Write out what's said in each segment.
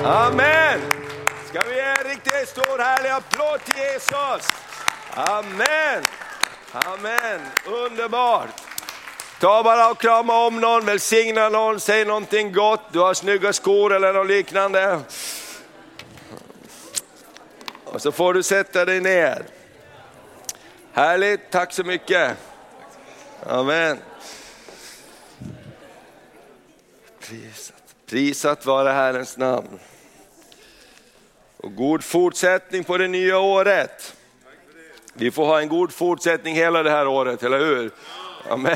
Amen. Ska vi ge en riktigt stor härlig applåd till Jesus? Amen. Amen. Underbart. Ta bara och krama om någon, välsigna någon, säg någonting gott. Du har snygga skor eller något liknande. Och så får du sätta dig ner. Härligt, tack så mycket. Amen. Prisat vare Herrens namn. Och god fortsättning på det nya året. Vi får ha en god fortsättning hela det här året, eller hur? Amen.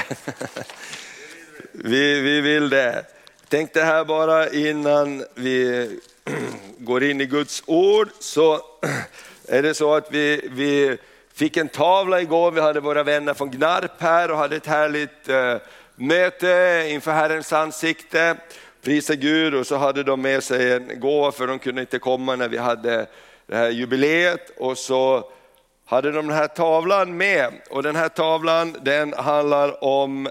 Vi vill det. Tänkte här bara innan vi går in i Guds ord, så är det så att vi fick en tavla igår. Vi hade våra vänner från Gnarp här och hade ett härligt möte inför Herrens ansikte. Prisa Gud, och så hade de med sig en gåva, för de kunde inte komma när vi hade det här jubileet, och så hade de den här tavlan med. Och den här tavlan, den handlar om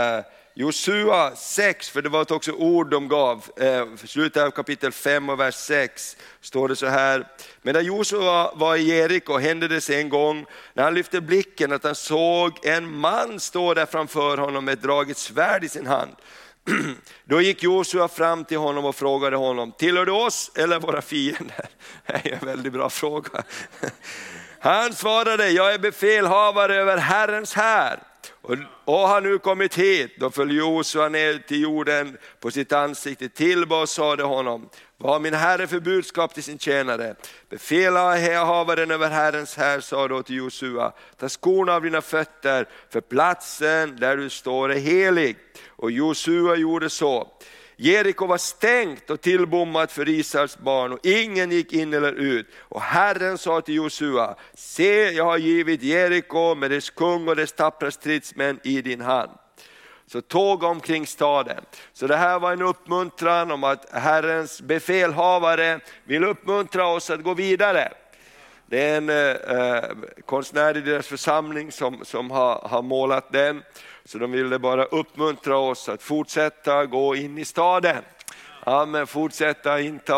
Josua 6, för det var också ord de gav. Slutet av kapitel 5 och vers 6 står det så här: medan Josua var i Jeriko hände det sig en gång när han lyfte blicken att han såg en man stå där framför honom med ett draget svärd i sin hand. Då gick Josua fram till honom och frågade honom: tillhör du oss eller våra fiender? Det är en väldigt bra fråga. Han svarade: jag är befälhavare över Herrens här och har nu kommit hit. Då föll Josua ner till jorden på sitt ansikte, tillbad och sade honom: vad har min herre för budskap till sin tjänare? Befälhavaren över Herrens här sa då till Josua: ta skorna av dina fötter, för platsen där du står är helig. Och Josua gjorde så. Jeriko var stängt och tillbommat för Israels barn, och ingen gick in eller ut. Och Herren sa till Josua: se, jag har givit Jeriko med dess kung och dess tappra stridsmän i din hand. Så tåg omkring staden. Så det här var en uppmuntran om att Herrens befälhavare vill uppmuntra oss att gå vidare. Det är en konstnär i deras församling som har målat den. Så de ville bara uppmuntra oss att fortsätta gå in i staden. Amen, fortsätta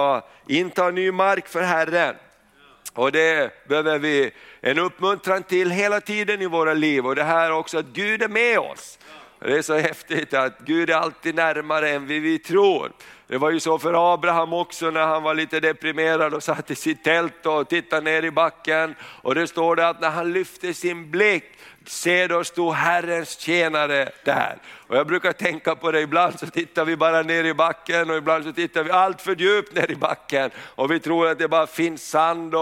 inta ny mark för Herren. Och det behöver vi en uppmuntran till hela tiden i våra liv. Och det här också, att Gud är med oss. Det är så häftigt att Gud är alltid närmare än vi tror. Det var ju så för Abraham också när han var lite deprimerad och satt i sitt tält och tittade ner i backen. Och det står det att när han lyfte sin blick, se då stod Herrens tjänare där. Och jag brukar tänka på det, ibland så tittar vi bara ner i backen och ibland så tittar vi allt för djupt ner i backen. Och vi tror att det bara finns sand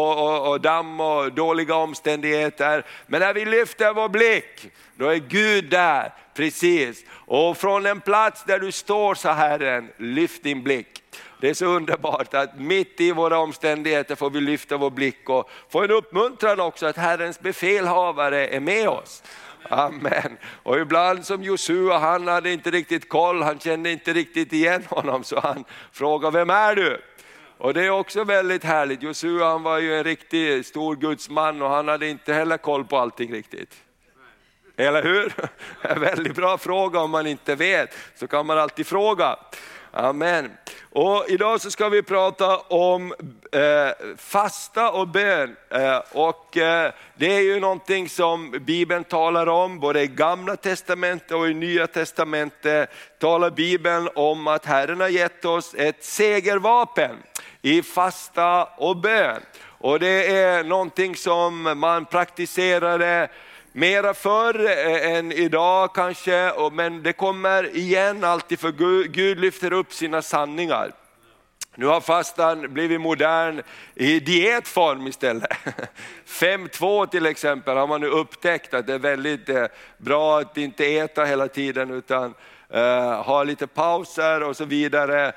och damm och dåliga omständigheter. Men när vi lyfter vår blick, då är Gud där, precis. Och från en plats där du står, sa Herren, lyft din blick. Det är så underbart att mitt i våra omständigheter får vi lyfta vår blick och få en uppmuntran också att Herrens befälhavare är med oss. Amen. Och ibland som Josua, han hade inte riktigt koll, han kände inte riktigt igen honom, så han frågade: vem är du? Och det är också väldigt härligt. Josua, han var ju en riktigt stor gudsman och han hade inte heller koll på allting riktigt. Eller hur? En väldigt bra fråga. Om man inte vet så kan man alltid fråga. Amen. Och idag så ska vi prata om fasta och bön. Det är ju någonting som Bibeln talar om. Både i Gamla testamentet och i Nya testamentet talar Bibeln om att Herren har gett oss ett segervapen i fasta och bön. Och det är någonting som man praktiserade mera förr än idag kanske, men det kommer igen alltid, för Gud lyfter upp sina sanningar. Nu har fastan blivit modern i dietform istället. 5-2 till exempel har man nu upptäckt att det är väldigt bra att inte äta hela tiden utan ha lite pauser och så vidare.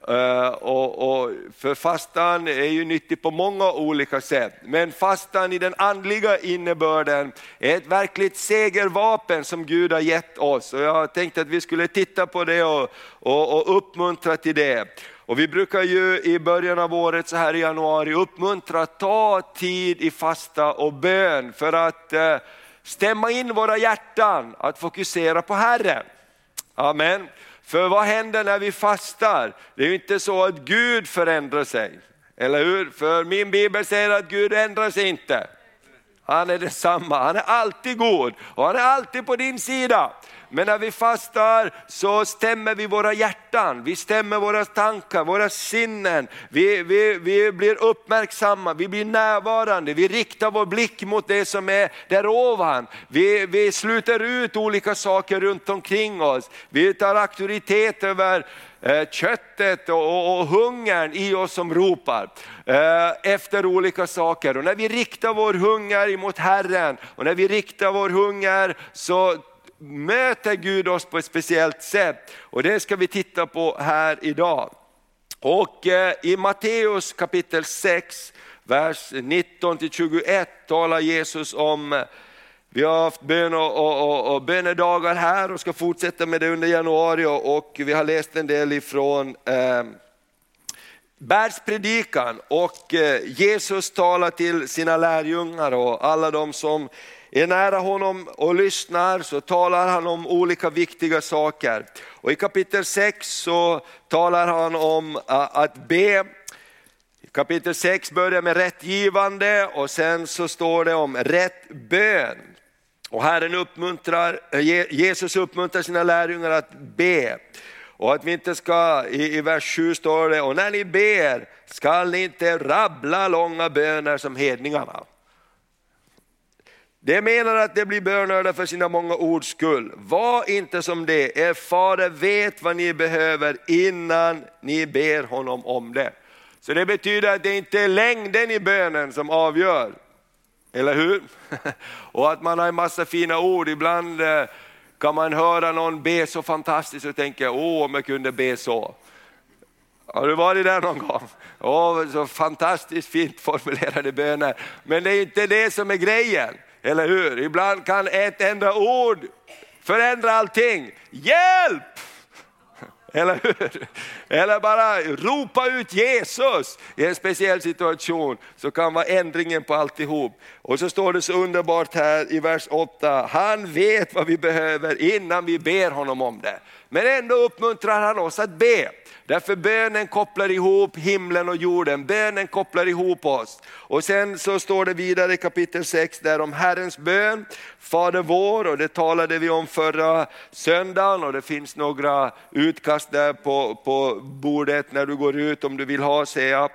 Och för fastan är ju nyttig på många olika sätt. Men fastan i den andliga innebörden är ett verkligt segervapen som Gud har gett oss. Och jag tänkte att vi skulle titta på det och uppmuntra till det. Och vi brukar ju i början av året så här i januari uppmuntra att ta tid i fasta och bön för att stämma in våra hjärtan att fokusera på Herren. Amen. För vad händer när vi fastar? Det är ju inte så att Gud förändrar sig. Eller hur? För min bibel säger att Gud ändrar sig inte. Han är detsamma, han är alltid god och han är alltid på din sida. Men när vi fastar så stämmer vi våra hjärtan, vi stämmer våra tankar, våra sinnen. Vi blir uppmärksamma, vi blir närvarande, vi riktar vår blick mot det som är där ovan. Vi sluter ut olika saker runt omkring oss. Vi tar auktoritet över köttet och hungern i oss som ropar efter olika saker. Och när vi riktar vår hunger emot Herren och när vi riktar vår hunger så möter Gud oss på ett speciellt sätt. Och det ska vi titta på här idag. Och i Matteus kapitel 6, vers 19-21 talar Jesus om, vi har haft bön och bönedagar här och ska fortsätta med det under januari. Och vi har läst en del ifrån bergspredikan. Och Jesus talar till sina lärjungar och alla de som är nära honom och lyssnar, så talar han om olika viktiga saker. Och i kapitel 6 så talar han om att be. Kapitel 6 börjar med rättgivande och sen så står det om rätt bön. Och Jesus uppmuntrar sina lärjungar att be. Och att vi inte ska, i vers 7 står det, och när ni ber ska ni inte rabbla långa böner som hedningarna. Det menar att det blir bönhörda för sina många ords skull. Var inte som det, er fader vet vad ni behöver innan ni ber honom om det. Så det betyder att det inte är längden i bönen som avgör. Eller hur? Och att man har en massa fina ord. Ibland kan man höra någon be så fantastiskt och tänka, om jag kunde be så. Har du varit där någon gång? Så fantastiskt fint formulerade böner. Men det är inte det som är grejen. Eller hur? Ibland kan ett enda ord förändra allting. Hjälp! Eller hur? Eller bara ropa ut Jesus i en speciell situation, så kan vara ändringen på alltihop. Och så står det så underbart här i vers 8. Han vet vad vi behöver innan vi ber honom om det. Men ändå uppmuntrar han oss att be. Därför bönen kopplar ihop himlen och jorden. Bönen kopplar ihop oss. Och sen så står det vidare i kapitel 6 där om Herrens bön, Fader vår, och det talade vi om förra söndagen. Och det finns några utkast där på bordet när du går ut om du vill ha, säger jag.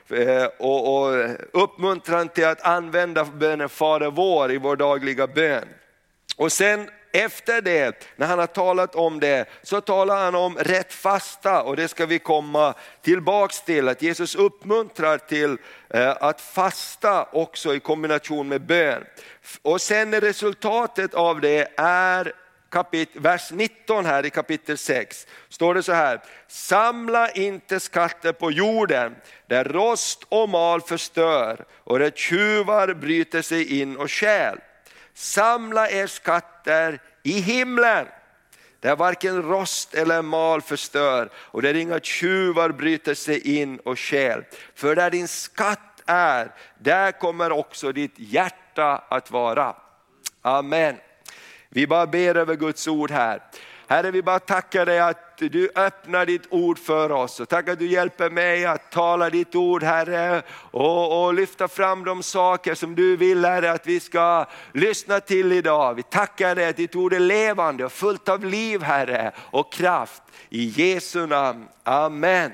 Och uppmuntran till att använda bönen Fader vår i vår dagliga bön. Och sen efter det, när han har talat om det, så talar han om rätt fasta, och det ska vi komma tillbaks till. Att Jesus uppmuntrar till att fasta också i kombination med bön. Och sen är resultatet av det är vers 19 här i kapitel 6. Står det så här: samla inte skatter på jorden där rost och mal förstör och där tjuvar bryter sig in och stjäl. Samla er skatter i himlen, där varken rost eller mal förstör och där inga tjuvar bryter sig in och stjäl. För där din skatt är, där kommer också ditt hjärta att vara. Amen. Vi bara ber över Guds ord här. Herre, vi bara tackar dig att du öppnar ditt ord för oss. Och tack att du hjälper mig att tala ditt ord, Herre. Och lyfta fram de saker som du vill, Herre, att vi ska lyssna till idag. Vi tackar dig att ditt ord är levande och fullt av liv, Herre, och kraft. I Jesu namn. Amen.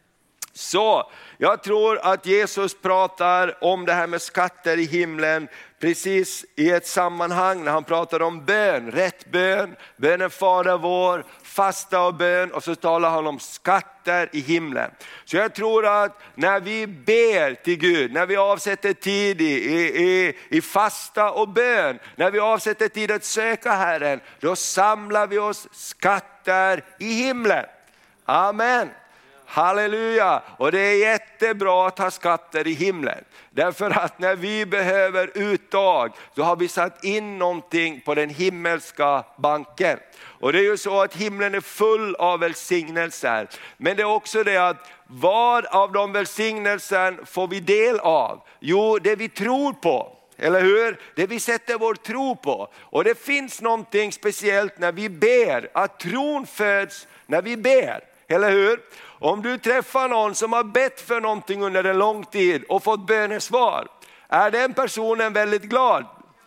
Så jag tror att Jesus pratar om det här med skatter i himlen precis i ett sammanhang när han pratar om bön, rätt bön, bönen Fader vår, fasta och bön, och så talar han om skatter i himlen. Så jag tror att när vi ber till Gud, när vi avsätter tid i fasta och bön, när vi avsätter tid att söka Herren, då samlar vi oss skatter i himlen. Amen. Halleluja! Och det är jättebra att ha skatter i himlen. Därför att när vi behöver uttag, då har vi satt in någonting på den himmelska banken. Och det är ju så att himlen är full av välsignelser. Men det är också det att vad av de välsignelser får vi del av? Jo, det vi tror på. Eller hur? Det vi sätter vår tro på. Och det finns någonting speciellt när vi ber. Att tron föds när vi ber. Eller hur? Om du träffar någon som har bett för någonting under en lång tid och fått bönesvar. Är den personen väldigt glad?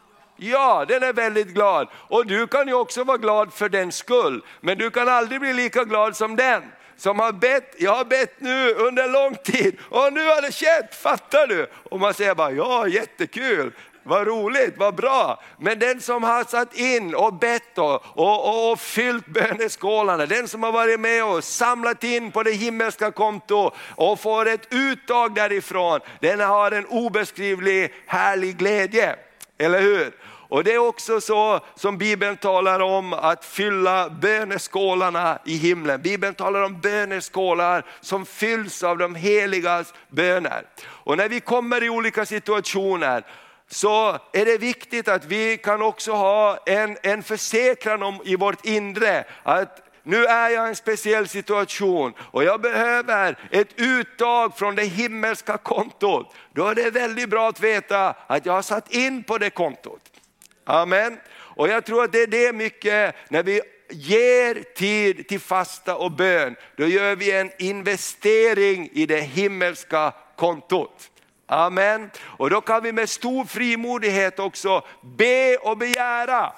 Ja, den är väldigt glad. Och du kan ju också vara glad för den skull. Men du kan aldrig bli lika glad som den som har bett. Jag har bett nu under lång tid och nu har det skett, fattar du? Och man säger bara, ja, jättekul. Vad roligt, vad bra. Men den som har satt in och bett och fyllt böneskålarna, den som har varit med och samlat in på det himmelska konto och får ett uttag därifrån, den har en obeskrivlig härlig glädje. Eller hur? Och det är också så som Bibeln talar om att fylla böneskålarna i himlen. Bibeln talar om böneskålar som fylls av de heligas böner. Och när vi kommer i olika situationer så är det viktigt att vi kan också ha en försäkran om i vårt inre att nu är jag i en speciell situation och jag behöver ett uttag från det himmelska kontot. Då är det väldigt bra att veta att jag har satt in på det kontot. Amen. Och jag tror att det är det mycket när vi ger tid till fasta och bön. Då gör vi en investering i det himmelska kontot. Amen. Och då kan vi med stor frimodighet också be och begära.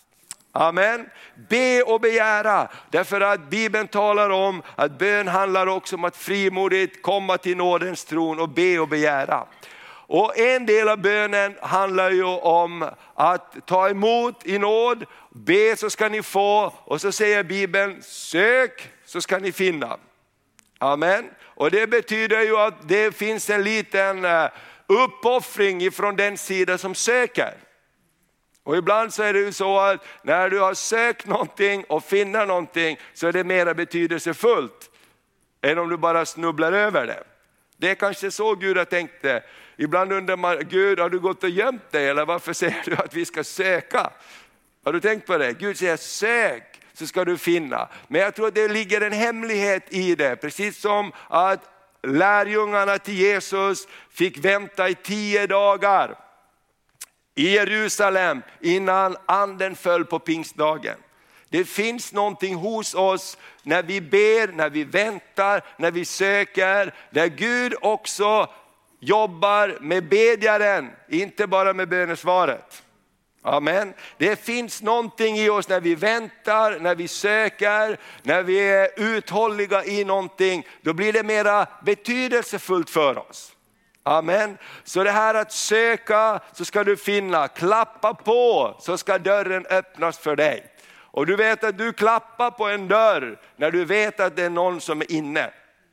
Amen. Be och begära. Därför att Bibeln talar om att bön handlar också om att frimodigt komma till nådens tron och be och begära. Och en del av bönen handlar ju om att ta emot i nåd, be så ska ni få, och så säger Bibeln, sök så ska ni finna. Amen. Och det betyder ju att det finns en liten uppoffring ifrån den sida som söker. Och ibland så är det ju så att när du har sökt någonting och finner någonting så är det mer betydelsefullt än om du bara snubblar över det. Det är kanske så Gud har tänkt det. Ibland undrar man, Gud, har du gått och gömt dig eller varför säger du att vi ska söka? Har du tänkt på det? Gud säger sök så ska du finna. Men jag tror att det ligger en hemlighet i det. Precis som att lärjungarna till Jesus fick vänta i 10 dagar i Jerusalem innan anden föll på pingstdagen. Det finns någonting hos oss när vi ber, när vi väntar, när vi söker. Där Gud också jobbar med bedjaren, inte bara med bönesvaret. Amen. Det finns någonting i oss när vi väntar, när vi söker, när vi är uthålliga i någonting. Då blir det mera betydelsefullt för oss. Amen. Så det här att söka så ska du finna, klappa på så ska dörren öppnas för dig. Och du vet att du klappar på en dörr när du vet att det är någon som är inne.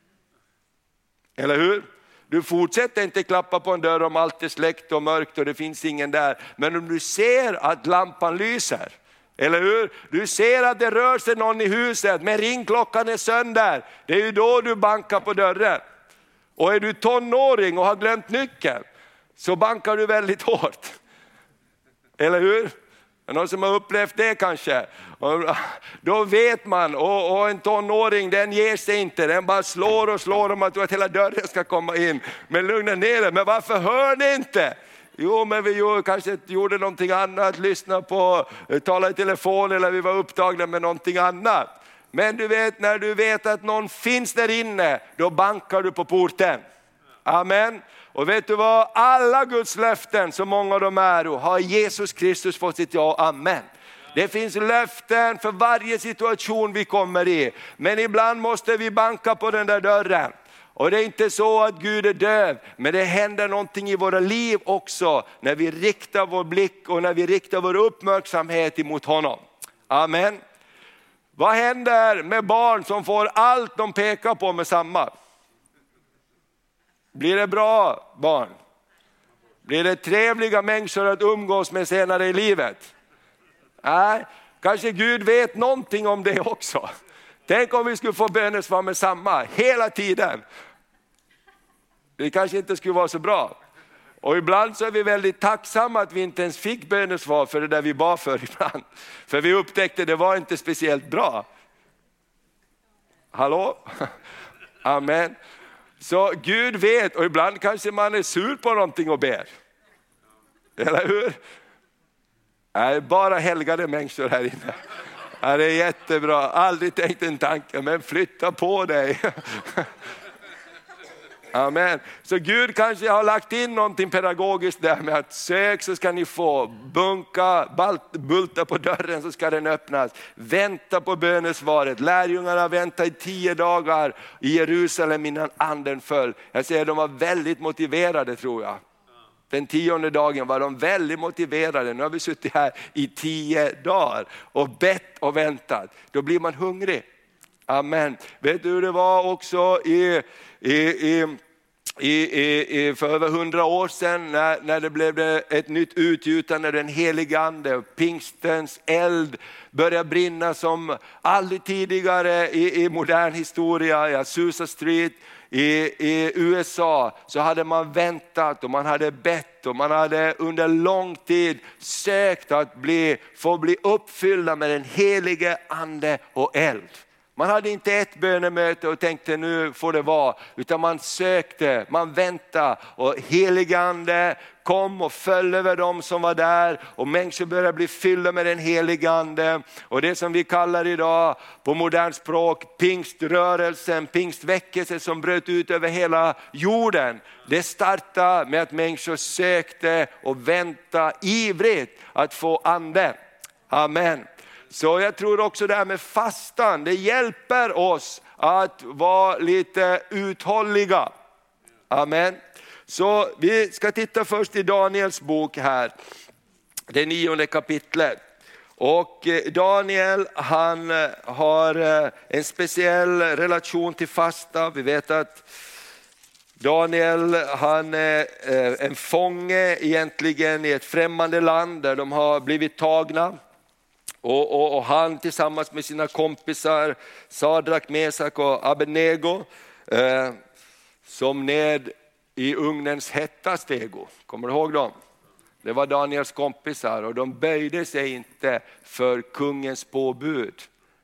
Eller hur? Du fortsätter inte klappa på en dörr om allt är släckt och mörkt och det finns ingen där. Men om du ser att lampan lyser, eller hur? Du ser att det rör sig någon i huset men ringklockan är sönder. Det är ju då du bankar på dörren. Och är du tonåring och har glömt nyckeln så bankar du väldigt hårt. Eller hur? Någon som har upplevt det kanske. Och då vet man, och en tonåring den ger sig inte. Den bara slår och slår om att hela dörren ska komma in. Men lugna ner dig, men varför hör ni inte? Jo, men vi kanske gjorde någonting annat, lyssna på, tala i telefon eller vi var upptagna med någonting annat. Men du vet, när du vet att någon finns där inne, då bankar du på porten. Amen. Och vet du vad? Alla Guds löften, så många av dem är, har Jesus Kristus fått sitt ja och amen. Det finns löften för varje situation vi kommer i. Men ibland måste vi banka på den där dörren. Och det är inte så att Gud är döv, men det händer någonting i våra liv också när vi riktar vår blick och när vi riktar vår uppmärksamhet emot honom. Amen. Vad händer med barn som får allt de pekar på med samma? Blir det bra barn? Blir det trevliga människor att umgås med senare i livet? Nej, kanske Gud vet någonting om det också. Tänk om vi skulle få bönesvar med samma hela tiden. Det kanske inte skulle vara så bra. Och ibland så är vi väldigt tacksamma att vi inte ens fick bönesvar för det där vi bad för ibland. För vi upptäckte att det var inte speciellt bra. Hallå? Amen. Så Gud vet, och ibland kanske man är sur på någonting och ber. Eller hur? Bara helgade människor här inne. Det är jättebra. Aldrig tänkt en tanke, men flytta på dig. Amen. Så Gud kanske har lagt in någonting pedagogiskt där med att sök så ska ni få, bulta på dörren så ska den öppnas. Vänta på bönesvaret. Lärjungarna väntade i 10 dagar i Jerusalem innan anden föll. Jag säger de var väldigt motiverade, tror jag. Den 10:e dagen var de väldigt motiverade. Nu har vi suttit här i 10 dagar och bett och väntat. Då blir man hungrig. Amen. Vet du hur det var också för över 100 år sedan när det blev ett nytt utgjutande, den helige ande, pingstens eld började brinna som aldrig tidigare i modern historia. I Azusa Street i USA så hade man väntat och man hade bett och man hade under lång tid sökt att få bli uppfyllda med den helige ande och eld. Man hade inte ett bönemöte och tänkte nu får det vara, utan man sökte, man väntade och helig ande kom och föll över dem som var där och människor började bli fyllda med den heliga ande. Och det som vi kallar idag på modernt språk pingströrelsen, pingstväckelse som bröt ut över hela jorden. Det startade med att människor sökte och väntade ivrigt att få ande. Amen. Så jag tror också det här med fastan, det hjälper oss att vara lite uthålliga. Amen. Så vi ska titta först i Daniels bok här, det 9:e kapitlet. Och Daniel, han har en speciell relation till fasta. Vi vet att Daniel, han är en fånge egentligen i ett främmande land där de har blivit tagna. Och han tillsammans med sina kompisar Sadrak, Mesak och Abednego som ned i ugnens hetta stego. Kommer du ihåg dem? Det var Daniels kompisar och de böjde sig inte för kungens påbud.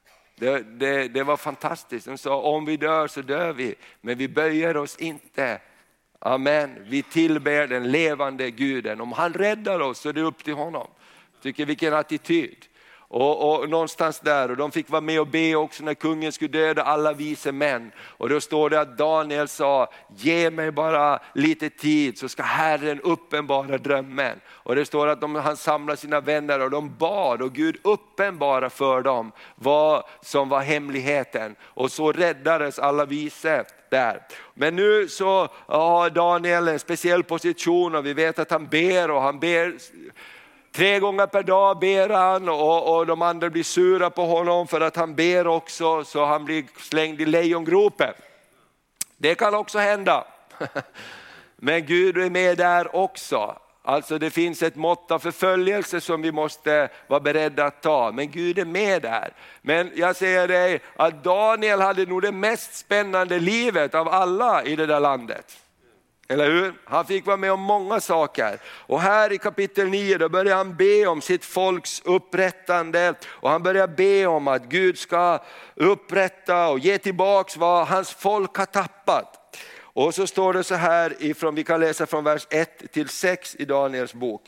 Det var fantastiskt. De sa om vi dör så dör vi, men vi böjer oss inte. Amen. Vi tillber den levande Guden. Om han räddar oss så är det upp till honom. Tycker vilken attityd. Och någonstans där, och de fick vara med och be också när kungen skulle döda alla vise män. Och då står det att Daniel sa, ge mig bara lite tid så ska Herren uppenbara drömmen. Och det står att han samlade sina vänner och de bad och Gud uppenbara för dem vad som var hemligheten. Och så räddades alla vise där. Men nu så har Daniel en speciell position och vi vet att han ber 3 gånger per dag ber han och de andra blir sura på honom för att han ber också, så han blir slängd i lejongropen. Det kan också hända. Men Gud är med där också. Alltså det finns ett mått av förföljelse som vi måste vara beredda att ta. Men Gud är med där. Men jag säger dig att Daniel hade nog det mest spännande livet av alla i det där landet. Eller hur? Han fick vara med om många saker. Och här i kapitel 9 då börjar han be om sitt folks upprättande. Och han börjar be om att Gud ska upprätta och ge tillbaks vad hans folk har tappat. Och så står det så här, vi kan läsa från vers 1-6 i Daniels bok.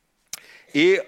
I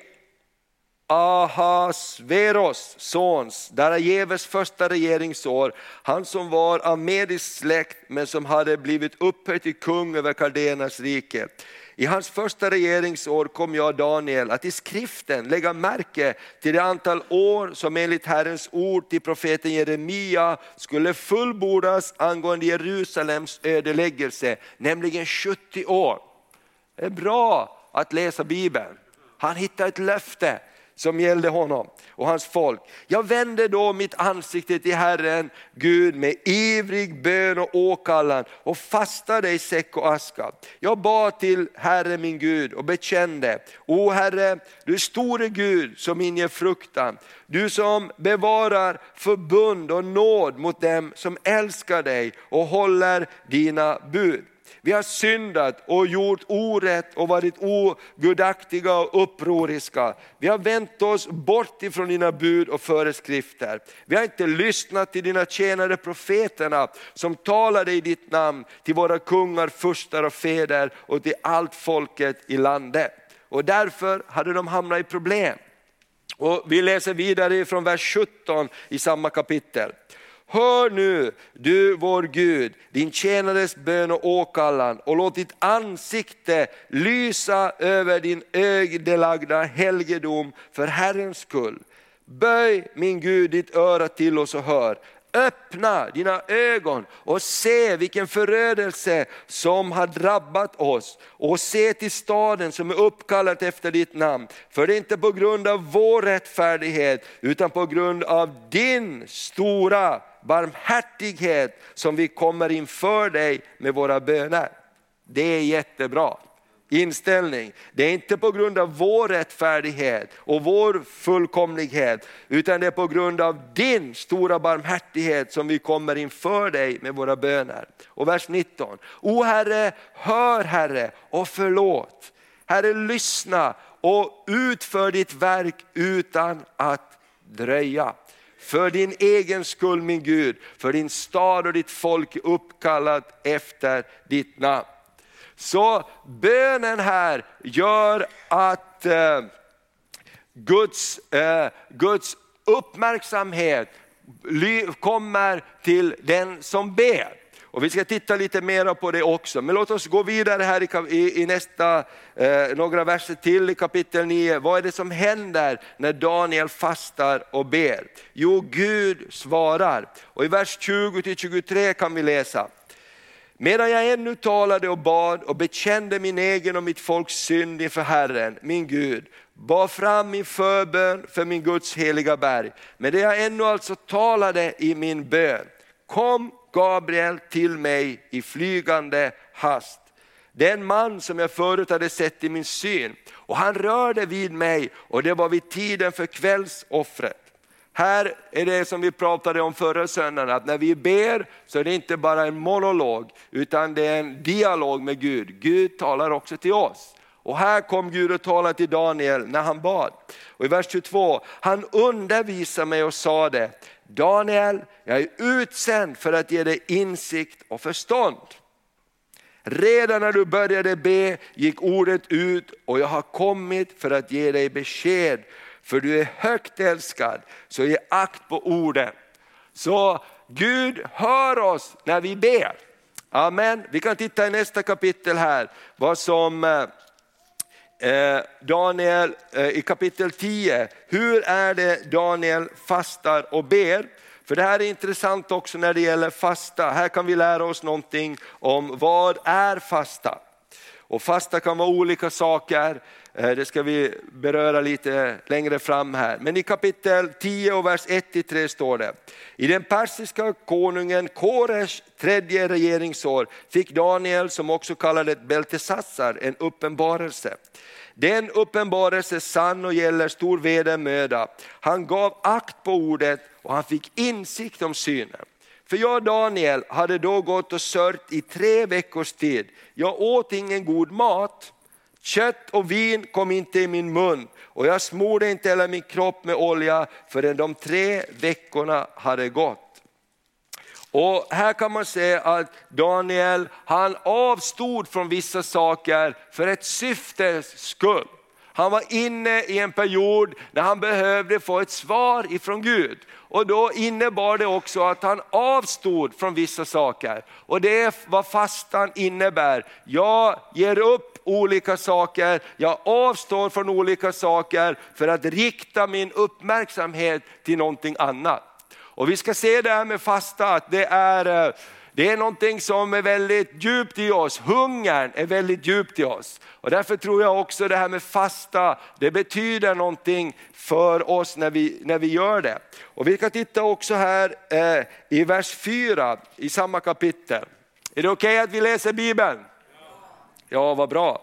Ahasveros sons, Darajeves första regeringsår, han som var av medisk släkt men som hade blivit upphöjd till kung över Kaldenas rike. I hans första regeringsår kom jag, Daniel, att i skriften lägga märke till det antal år som enligt Herrens ord till profeten Jeremia skulle fullbordas angående Jerusalems ödeläggelse, nämligen 70 år. Det är bra att läsa Bibeln. Han hittar ett löfte som gällde honom och hans folk. Jag vände då mitt ansikte till Herren Gud med ivrig bön och åkallan och fastade i säck och aska. Jag bad till Herren min Gud och bekände: O Herre, du store Gud som inger fruktan, du som bevarar förbund och nåd mot dem som älskar dig och håller dina bud. Vi har syndat och gjort orätt och varit ogudaktiga och upproriska. Vi har vänt oss bort ifrån dina bud och föreskrifter. Vi har inte lyssnat till dina tjänare profeterna som talade i ditt namn till våra kungar, furstar och fäder och till allt folket i landet. och därför hade de hamnat i problem. Och vi läser vidare från vers 17 i samma kapitel. Hör nu, du vår Gud, din tjänares bön och åkallan, och låt ditt ansikte lysa över din ödelagda helgedom för Herrens skull. Böj min Gud ditt öra till oss och hör. Öppna dina ögon och se vilken förödelse som har drabbat oss, och se till staden som är uppkallad efter ditt namn. För det är inte på grund av vår rättfärdighet utan på grund av din stora barmhärtighet som vi kommer inför dig med våra böner. Det är jättebra inställning. Det är inte på grund av vår rättfärdighet och vår fullkomlighet, utan det är på grund av din stora barmhärtighet som vi kommer inför dig med våra böner. Och vers 19. O Herre, hör Herre och förlåt. Herre, lyssna och utför ditt verk utan att dröja. För din egen skull, min Gud, för din stad och ditt folk är uppkallat efter ditt namn. Så bönen här gör att Guds uppmärksamhet kommer till den som ber. Och vi ska titta lite mer på det också. Men låt oss gå vidare här i nästa några verser till i kapitel 9. Vad är det som händer när Daniel fastar och ber? Jo, Gud svarar. Och i vers 20-23 kan vi läsa. Medan jag ännu talade och bad och bekände min egen och mitt folks synd inför Herren, min Gud, bad fram min förbön för min Guds heliga berg. Men det jag ännu alltså talade i min bön, kom Gabriel till mig i flygande hast. Den man som jag förut hade sett i min syn, och han rörde vid mig, och det var vid tiden för kvällsoffret. Här är det som vi pratade om förra söndagen, att när vi ber så är det inte bara en monolog utan det är en dialog med Gud. Gud talar också till oss. Och här kom Gud och talade till Daniel när han bad. Och i vers 22, han undervisade mig och sade, Daniel, jag är utsänd för att ge dig insikt och förstånd. Redan när du började be gick ordet ut, och jag har kommit för att ge dig besked. För du är högt älskad, så ge akt på orden. Så Gud hör oss när vi ber. Amen. Vi kan titta i nästa kapitel här. Vad som Daniel i kapitel 10. Hur är det Daniel fastar och ber? För det här är intressant också när det gäller fasta. Här kan vi lära oss någonting om vad är fasta. Och fasta kan vara olika saker. Det ska vi beröra lite längre fram här. Men i kapitel 10 och vers 1-3 står det. I den persiska konungen Kores 3:e regeringsår fick Daniel, som också kallades Beltesassar, en uppenbarelse. Den uppenbarelse sann och gäller stor vedermöda. Han gav akt på ordet och han fick insikt om synen. För jag, Daniel, hade då gått och sörjt i 3 veckors tid. Jag åt ingen god mat. Kött och vin kom inte i min mun. Och jag smorde inte heller min kropp med olja förrän de 3 veckorna hade gått. Och här kan man säga att Daniel, han avstod från vissa saker för ett syftes skull. Han var inne i en period när han behövde få ett svar ifrån Gud. Och då innebar det också att han avstod från vissa saker. Och det är vad fastan innebär. Jag ger upp olika saker, jag avstår från olika saker för att rikta min uppmärksamhet till någonting annat. Och vi ska se det här med fasta, att det är någonting som är väldigt djupt i oss. Hungern är väldigt djupt i oss. Och därför tror jag också det här med fasta, det betyder någonting för oss när vi gör det. Och vi kan titta också här i vers 4 i samma kapitel. Är det okej att vi läser Bibeln? Ja, vad bra.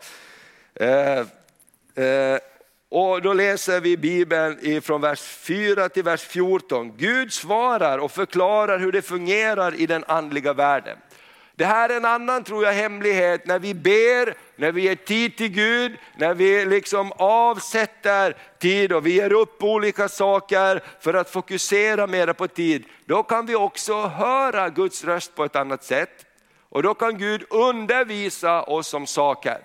Och då läser vi Bibeln från vers 4 till vers 14. Gud svarar och förklarar hur det fungerar i den andliga världen. Det här är en annan, tror jag, hemlighet när vi ber, när vi ger tid till Gud, när vi liksom avsätter tid och vi ger upp olika saker för att fokusera mer på tid. Då kan vi också höra Guds röst på ett annat sätt. Och då kan Gud undervisa oss om saker.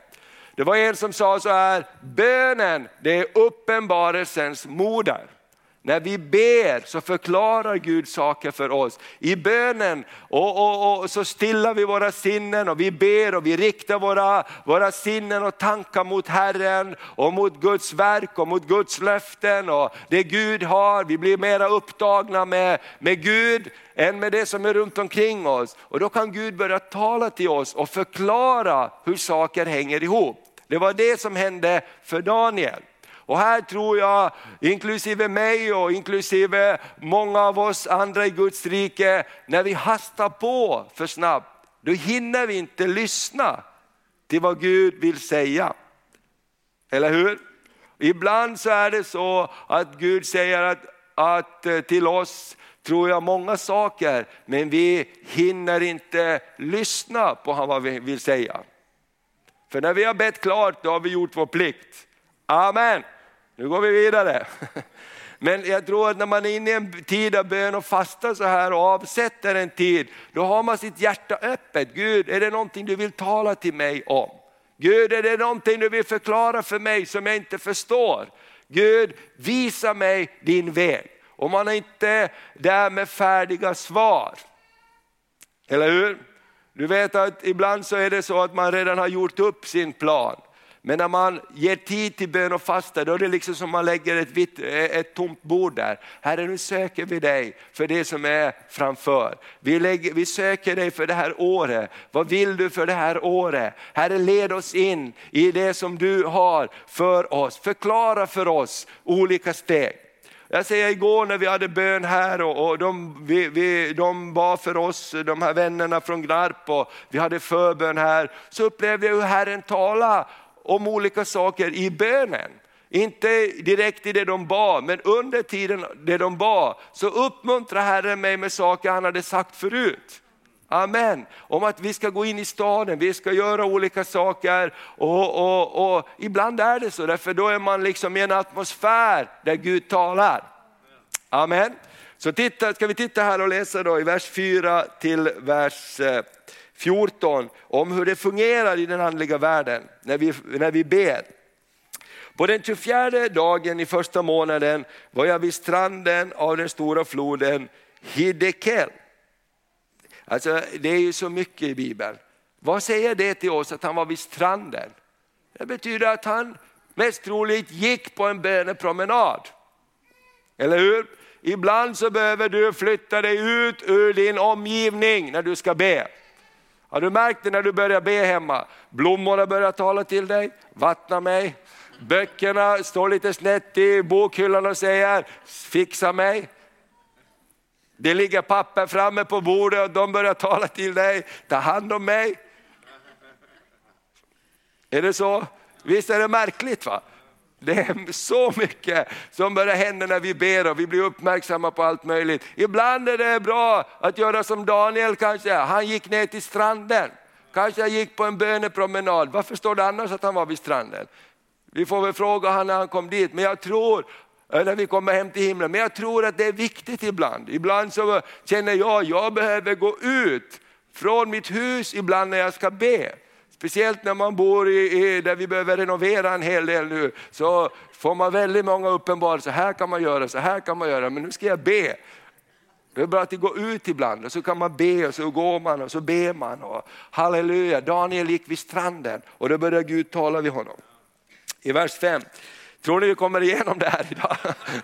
Det var en som sa så här: bönen, det är uppenbarelsens moder. När vi ber så förklarar Gud saker för oss. I bönen och så stillar vi våra sinnen och vi ber och vi riktar våra sinnen och tankar mot Herren och mot Guds verk och mot Guds löften och det Gud har. Vi blir mera upptagna med Gud än med det som är runt omkring oss. Och då kan Gud börja tala till oss och förklara hur saker hänger ihop. Det var det som hände för Daniel. Och här tror jag, inklusive mig och inklusive många av oss andra i Guds rike, när vi hastar på för snabbt, då hinner vi inte lyssna till vad Gud vill säga. Eller hur? Ibland så är det så att Gud säger att till oss, tror jag, många saker, men vi hinner inte lyssna på vad vi vill säga. För när vi har bett klart, då har vi gjort vår plikt. Amen. Nu går vi vidare. Men jag tror att när man är inne i en tid av bön och fasta så här och avsätter en tid, då har man sitt hjärta öppet. Gud, är det någonting du vill tala till mig om? Gud, är det någonting du vill förklara för mig som jag inte förstår? Gud, visa mig din väg. Och man är inte där med färdiga svar. Eller hur? Du vet att ibland så är det så att man redan har gjort upp sin plan. Men när man ger tid till bön och fasta, då är det liksom som man lägger ett tomt bord där. Herre, nu söker vi dig för det som är framför. Vi söker dig för det här året. Vad vill du för det här året? Herre, led oss in i det som du har för oss. Förklara för oss olika steg. Jag säger igår när vi hade bön här och de bad för oss, de här vännerna från Gnarp, och vi hade förbön här, så upplevde jag hur Herren talade om olika saker i bönen. Inte direkt i det de bad, men under tiden det de bad så uppmuntrar Herren mig med saker han hade sagt förut. Amen. Om att vi ska gå in i staden, vi ska göra olika saker och ibland är det så, därför då är man liksom i en atmosfär där Gud talar. Amen. Så ska vi titta här och läsa då i vers 4 till vers 14 om hur det fungerar i den andliga världen när vi ber. På den 24:e dagen i första månaden var jag vid stranden av den stora floden Hiddekel. Alltså det är ju så mycket i Bibeln. Vad säger det till oss att han var vid stranden? Det betyder att han mest troligt gick på en bönepromenad. Eller hur? Ibland så behöver du flytta dig ut ur din omgivning när du ska be. Har du märkt det när du börjar be hemma? Blommorna börjar tala till dig. Vattna mig. Böckerna står lite snett i bokhyllan och säger fixa mig. Det ligger papper framme på bordet och de börjar tala till dig. Ta hand om mig. Är det så? Visst är det märkligt, va? Det är så mycket som börjar hända när vi ber och vi blir uppmärksamma på allt möjligt. Ibland är det bra att göra som Daniel kanske. Han gick ner till stranden. Kanske gick på en bönepromenad. Varför står det annars att han var vid stranden? Vi får väl fråga han när han kom dit. Men jag tror, när vi kommer hem till himlen. Men jag tror att det är viktigt ibland. Ibland så känner jag behöver gå ut från mitt hus ibland när jag ska be. Speciellt när man bor där vi behöver renovera en hel del nu. Så får man väldigt många uppenbarelser. Så här kan man göra, så här kan man göra. Men nu ska jag be. Det är bra att det går ut ibland. Och så kan man be och så går man och så ber man. Och halleluja, Daniel gick vid stranden. Och då började Gud tala vid honom. I vers 5. Tror ni vi kommer igenom det här idag?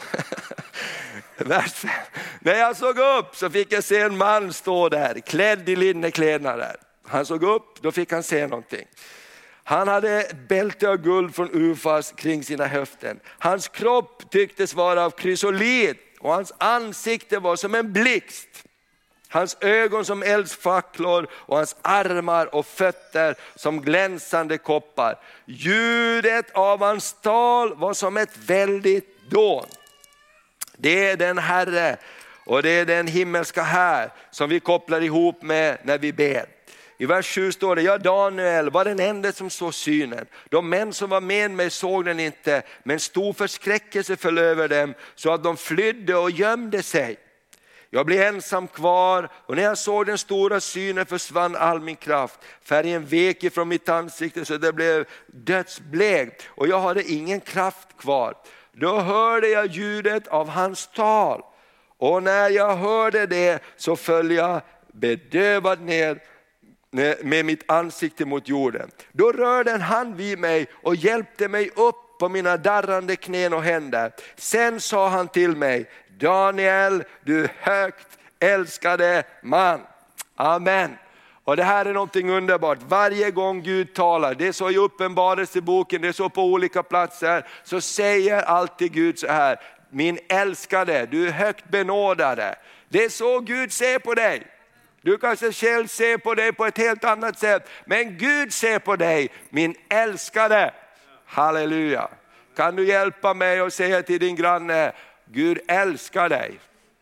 Vers 5. När jag såg upp så fick jag se en man stå där. Klädd i linneklädnader. Han såg upp, då fick han se någonting. Han hade ett bälte av guld från Ufas kring sina höften. Hans kropp tycktes vara av krysolit och hans ansikte var som en blixt. Hans ögon som eldsfacklor och hans armar och fötter som glänsande koppar. Ljudet av hans tal var som ett väldigt dån. Det är den Herre och det är den himmelska här som vi kopplar ihop med när vi ber. I vers 7 står det, jag Daniel var den enda som såg synen. De män som var med mig såg den inte, men stor förskräckelse föll över dem så att de flydde och gömde sig. Jag blev ensam kvar och när jag såg den stora synen försvann all min kraft. Färgen vek ifrån mitt ansikte så det blev dödsblekt och jag hade ingen kraft kvar. Då hörde jag ljudet av hans tal och när jag hörde det så föll jag bedövad ner med mitt ansikte mot jorden. Då rörde en hand vid mig och hjälpte mig upp på mina darrande knän och händer. Sen sa han till mig: Daniel, du högt älskade man. Amen. Och det här är någonting underbart. Varje gång Gud talar, det är så i uppenbarelseboken, det är så på olika platser, så säger alltid Gud så här: min älskade, du är högt benådade. Det är så Gud ser på dig. Du kanske själv ser på dig på ett helt annat sätt, men Gud ser på dig, min älskade. Halleluja. Kan du hjälpa mig och säga till din granne: Gud älskar dig.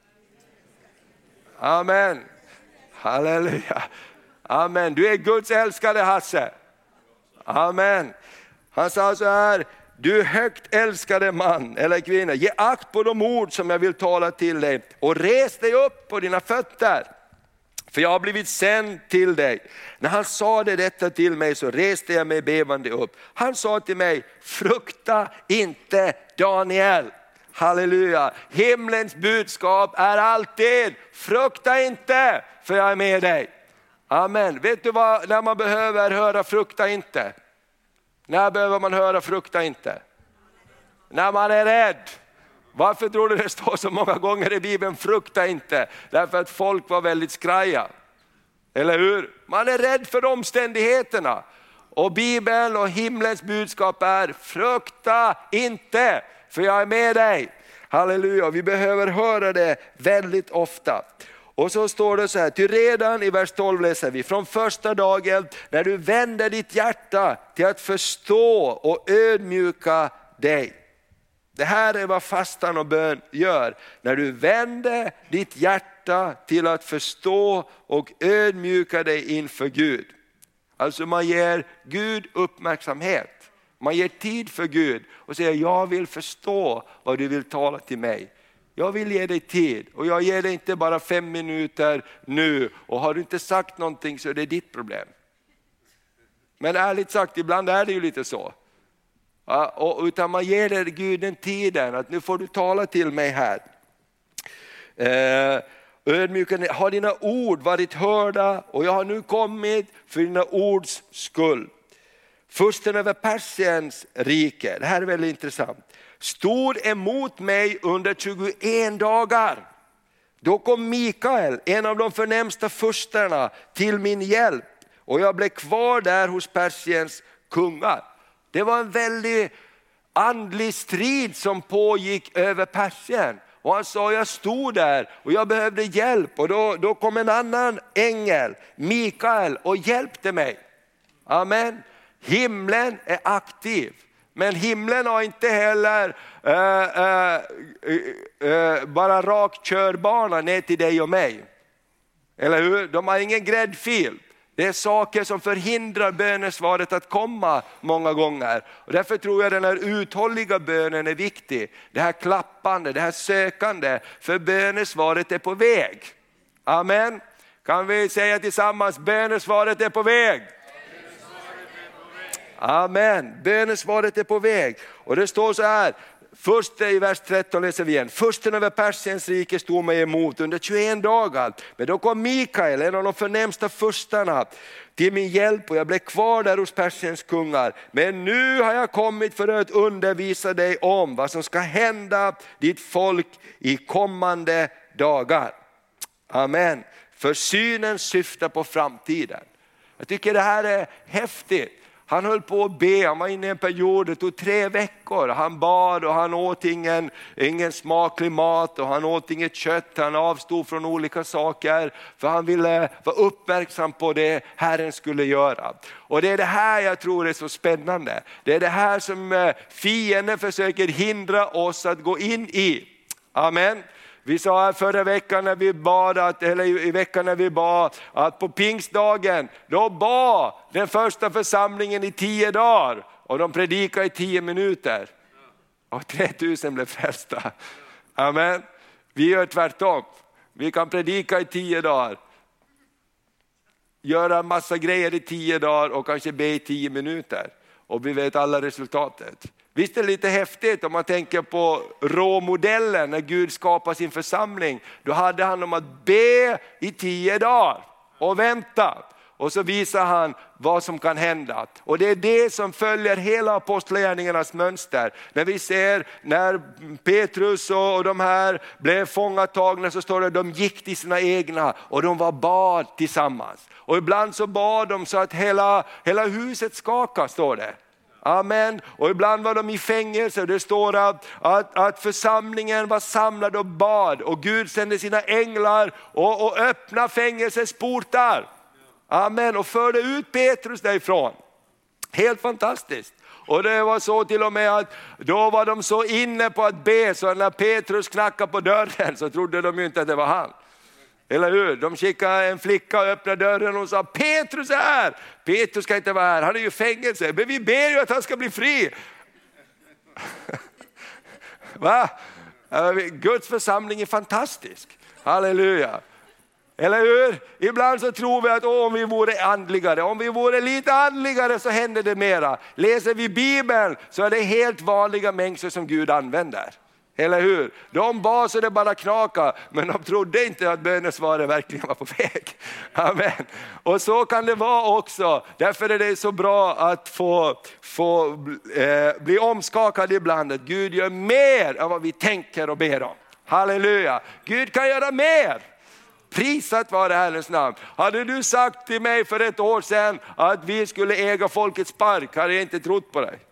Amen. Halleluja. Amen. Du är Guds älskade, Hasse. Amen. Han sa så här: du högt älskade man eller kvinna, ge akt på de ord som jag vill tala till dig och res dig upp på dina fötter. För jag har blivit sänd till dig. När han sa detta till mig så reste jag mig bevande upp. Han sa till mig: frukta inte, Daniel. Halleluja. Himlens budskap är alltid: frukta inte, för jag är med dig. Amen. Vet du vad, när man behöver höra frukta inte? När behöver man höra frukta inte? När man är rädd. Varför tror du det står så många gånger i Bibeln frukta inte? Därför att folk var väldigt skraja. Eller hur? Man är rädd för omständigheterna. Och Bibeln och himlens budskap är: frukta inte, för jag är med dig. Halleluja, vi behöver höra det väldigt ofta. Och så står det så här, ty redan i vers 12 läser vi: från första dagen när du vänder ditt hjärta till att förstå och ödmjuka dig. Det här är vad fastan och bön gör. När du vänder ditt hjärta till att förstå och ödmjuka dig inför Gud. Alltså man ger Gud uppmärksamhet. Man ger tid för Gud och säger: jag vill förstå vad du vill tala till mig. Jag vill ge dig tid och jag ger dig inte bara 5 minuter nu, och har du inte sagt någonting så är det ditt problem. Men ärligt sagt, ibland är det ju lite så. Ja, utan man ger Gud den tiden att nu får du tala till mig här. Ödmjuka, har dina ord varit hörda och jag har nu kommit för dina ords skull. Fursten över Persiens rike, det här är väldigt intressant, stod emot mig under 21 dagar. Då kom Mikael, en av de förnämsta furstarna, till min hjälp och jag blev kvar där hos Persiens kungar. Det var en väldigt andlig strid som pågick över Persien. Och han sa: jag stod där och jag behövde hjälp. Och då kom en annan ängel, Mikael, och hjälpte mig. Amen. Himlen är aktiv. Men himlen har inte heller bara rakt körbana ner till dig och mig. Eller hur? De har ingen gräddfil. Det är saker som förhindrar bönesvaret att komma många gånger. Och därför tror jag den här uthålliga bönen är viktig. Det här klappande, det här sökande. För bönesvaret är på väg. Amen. Kan vi säga tillsammans: bönesvaret är på väg. Amen. Bönesvaret är på väg. Och det står så här. Först i vers 13 läser vi igen: fursten över Persiens rike stod mig emot under 21 dagar. Men då kom Mikael, en av de förnämsta furstarna, till min hjälp och jag blev kvar där hos Persiens kungar. Men nu har jag kommit för att undervisa dig om vad som ska hända ditt folk i kommande dagar. Amen. För synen syftar på framtiden. Jag tycker det här är häftigt. Han höll på att be, han var inne i en period, det tog 3 veckor. Han bad och han åt ingen smaklig mat och han åt inget kött. Han avstod från olika saker för han ville vara uppmärksam på det Herren skulle göra. Och det är det här jag tror är så spännande. Det är det här som fienden försöker hindra oss att gå in i. Amen. Vi sa här förra veckan när vi bad, eller i veckan när vi bad, att på pingstdagen då bad den första församlingen i 10 dagar och de predikade i 10 minuter. Och 3000 blev frälsta. Amen. Vi gör tvärtom. Vi kan predika i 10 dagar. Göra en massa grejer i 10 dagar och kanske be i 10 minuter. Och vi vet alla resultatet. Visst är det lite häftigt om man tänker på råmodellen när Gud skapar sin församling. Då hade han om att be i 10 dagar och vänta. Och så visar han vad som kan hända. Och det är det som följer hela apostlagärningarnas mönster. När vi ser när Petrus och de här blev fångatagna så står det att de gick till sina egna och de var bad tillsammans. Och ibland så bad de så att hela huset skakade, står det. Amen. Och ibland var de i fängelse. Det står att församlingen var samlad och bad. Och Gud sände sina änglar och öppnade fängelsets portar. Amen. Och förde ut Petrus därifrån. Helt fantastiskt. Och det var så till och med att då var de så inne på att be. Så när Petrus knackade på dörren så trodde de ju inte att det var han. Eller hur? De skickade en flicka och öppnade dörren och sa: Petrus är här. Petrus ska inte vara här, han är ju i fängelse. Men vi ber ju att han ska bli fri. Va? Guds församling är fantastisk. Halleluja. Eller hur? Ibland så tror vi att om vi vore andligare, om vi vore lite andligare så händer det mera. Läser vi Bibeln så är det helt vanliga människor som Gud använder. Eller hur? De bad så det bara knaka, men de trodde inte att bönesvaret verkligen var på väg. Amen. Och så kan det vara också. Därför är det så bra att få bli omskakad ibland. Att Gud gör mer än vad vi tänker och ber om. Halleluja. Gud kan göra mer. Prisat var det Herrens namn. Hade du sagt till mig för 1 år sedan att vi skulle äga Folkets park, hade jag inte trott på dig.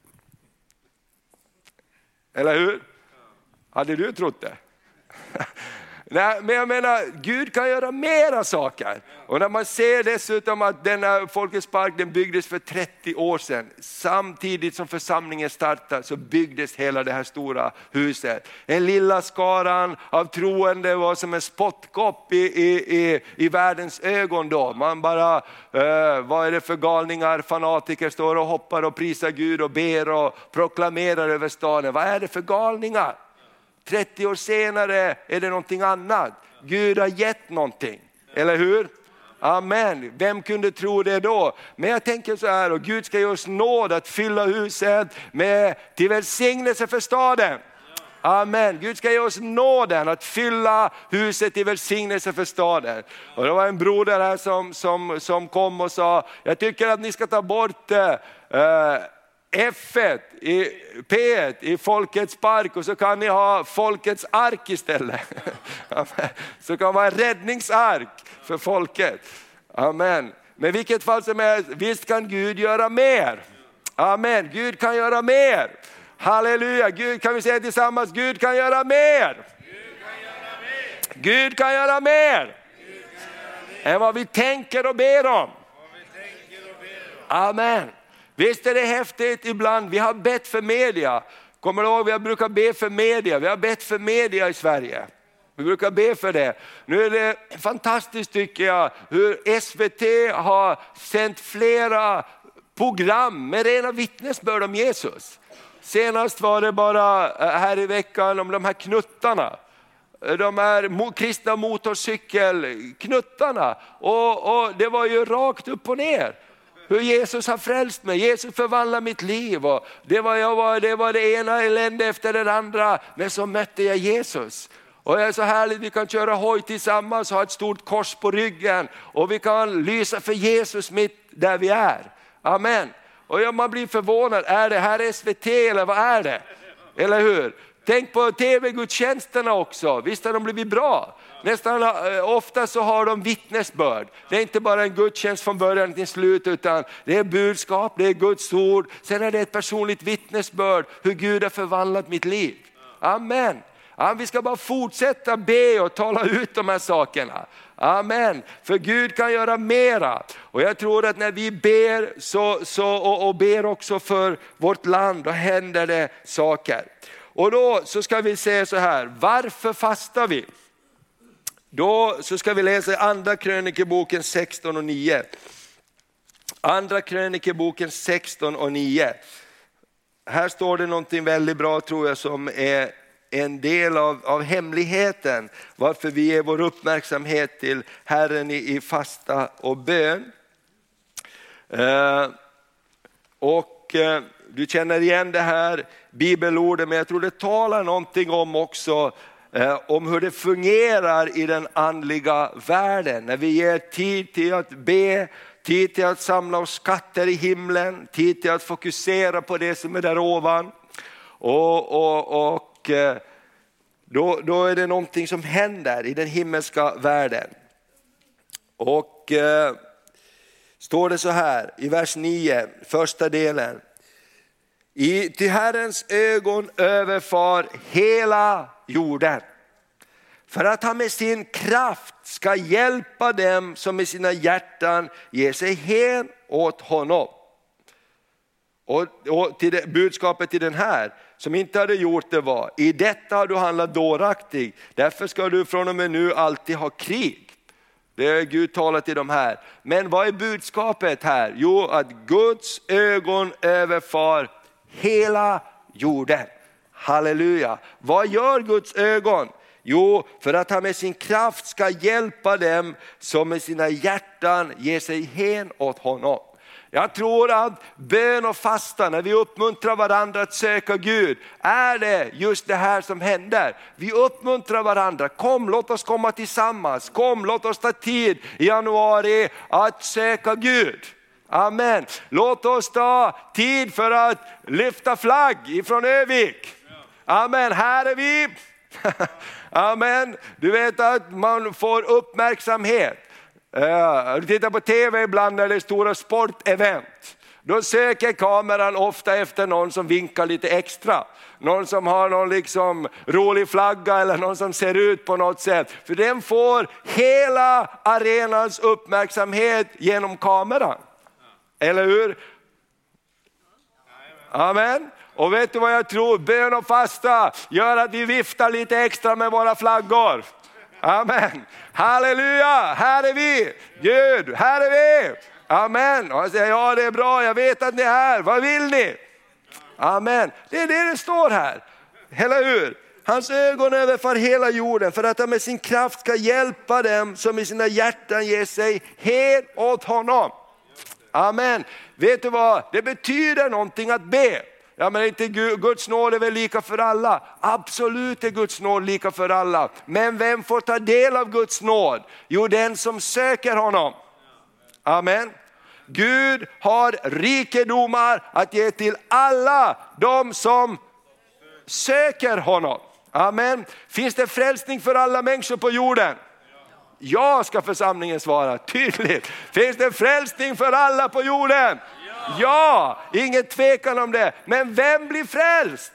Eller hur? Hade du trott det? Nej, men jag menar, Gud kan göra mera saker. Och när man ser dessutom att denna Folkets park den byggdes för 30 år sedan. Samtidigt som församlingen startade så byggdes hela det här stora huset. En lilla skaran av troende var som en spottkopp i världens ögon då. Man bara, vad är det för galningar, fanatiker står och hoppar och prisar Gud och ber och proklamerar över staden. Vad är det för galningar? 30 år senare är det någonting annat. Gud har gett någonting. Eller hur? Amen. Vem kunde tro det då? Men jag tänker så här, och Gud ska ge oss nåd att fylla huset till välsignelse för staden. Amen. Gud ska ge oss nåden att fylla huset till välsignelse för staden. Och det var en broder här som kom och sa: jag tycker att ni ska ta bort F1 P1 i Folkets park och så kan ni ha Folkets ark istället. Så kan det vara en räddningsark för folket. Amen. Men vilket fall som helst, visst kan Gud göra mer. Amen. Gud kan göra mer. Halleluja. Gud, kan vi säga tillsammans, Gud kan göra mer. Gud kan göra mer. Än vad vi tänker och ber om. Amen. Visst är det häftigt ibland. Vi har bett för media. Kommer du ihåg, vi brukar be för media. Vi har bett för media i Sverige. Vi brukar be för det. Nu är det fantastiskt tycker jag hur SVT har sänt flera program med rena vittnesbörd om Jesus. Senast var det bara här i veckan om de här knuttarna. De här kristna motorcykelknuttarna. Och det var ju rakt upp och ner. Hur Jesus har frälst mig, Jesus förvandlar mitt liv. Och det var det ena elände efter det andra. Men så mötte jag Jesus. Och det är så härligt, vi kan köra hoj tillsammans, ha ett stort kors på ryggen. Och vi kan lysa för Jesus mitt där vi är. Amen. Och man blir förvånad, är det här SVT eller vad är det? Eller hur? Tänk på tv-gudstjänsterna också, visst har de blivit bra? Nästan ofta så har de vittnesbörd. Det är inte bara en gudstjänst från början till slut, utan det är budskap, det är Guds ord. Sen är det ett personligt vittnesbörd hur Gud har förvandlat mitt liv. Amen. Ja, vi ska bara fortsätta be och tala ut de här sakerna. Amen. För Gud kan göra mera. Och jag tror att när vi ber och ber också för vårt land, då händer det saker. Och då så ska vi säga så här, varför fastar vi? Då så ska vi läsa andra krönikeboken 16 och 9. Andra krönikeboken 16 och 9. Här står det någonting väldigt bra tror jag som är en del av hemligheten varför vi ger vår uppmärksamhet till Herren i fasta och bön. Du känner igen det här bibelordet, men jag tror det talar någonting om också om hur det fungerar i den andliga världen. När vi ger tid till att be, tid till att samla oss skatter i himlen, tid till att fokusera på det som är där ovan. Då är det någonting som händer i den himmelska världen. Och står det så här i vers 9, första delen. Till Herrens ögon överfar hela jorden, för att han med sin kraft ska hjälpa dem som med sina hjärtan ger sig hän åt honom. Och till det, budskapet till den här som inte hade gjort det var: i detta har du handlat dåraktigt, därför ska du från och med nu alltid ha krig. Det är Gud talat till de här. Men vad är budskapet här? Jo, att Guds ögon överfar hela jorden. Halleluja. Vad gör Guds ögon? Jo, för att han med sin kraft ska hjälpa dem som med sina hjärtan ger sig hän åt honom. Jag tror att bön och fasta, när vi uppmuntrar varandra att söka Gud, är det just det här som händer. Vi uppmuntrar varandra. Kom, låt oss komma tillsammans. Kom, låt oss ta tid i januari att söka Gud. Amen. Låt oss ta tid för att lyfta flagg ifrån Övik. Amen, här är vi. Amen. Du vet att man får uppmärksamhet. Du tittar på tv ibland när det är stora sportevent. Då söker kameran ofta efter någon som vinkar lite extra. Någon som har någon liksom rolig flagga eller någon som ser ut på något sätt. För den får hela arenans uppmärksamhet genom kameran. Eller hur? Amen. Och vet du vad jag tror? Bön och fasta gör att vi viftar lite extra med våra flaggor. Amen. Halleluja, här är vi. Gud, här är vi. Amen. Och jag säger, ja det är bra, jag vet att ni är här. Vad vill ni? Amen. Det är det står här. Eller hur? Hans ögon överfar hela jorden, för att han med sin kraft ska hjälpa dem som i sina hjärtan ger sig hän åt honom. Amen. Vet du vad? Det betyder någonting att be. Ja, men inte Guds nåd är väl lika för alla? Absolut är Guds nåd lika för alla. Men vem får ta del av Guds nåd? Jo, den som söker honom. Amen. Gud har rikedomar att ge till alla de som söker honom. Amen. Finns det frälsning för alla människor på jorden? Ja, ska församlingen svara tydligt. Finns det frälsning för alla på jorden? Ja, ingen tvekan om det. Men vem blir frälst?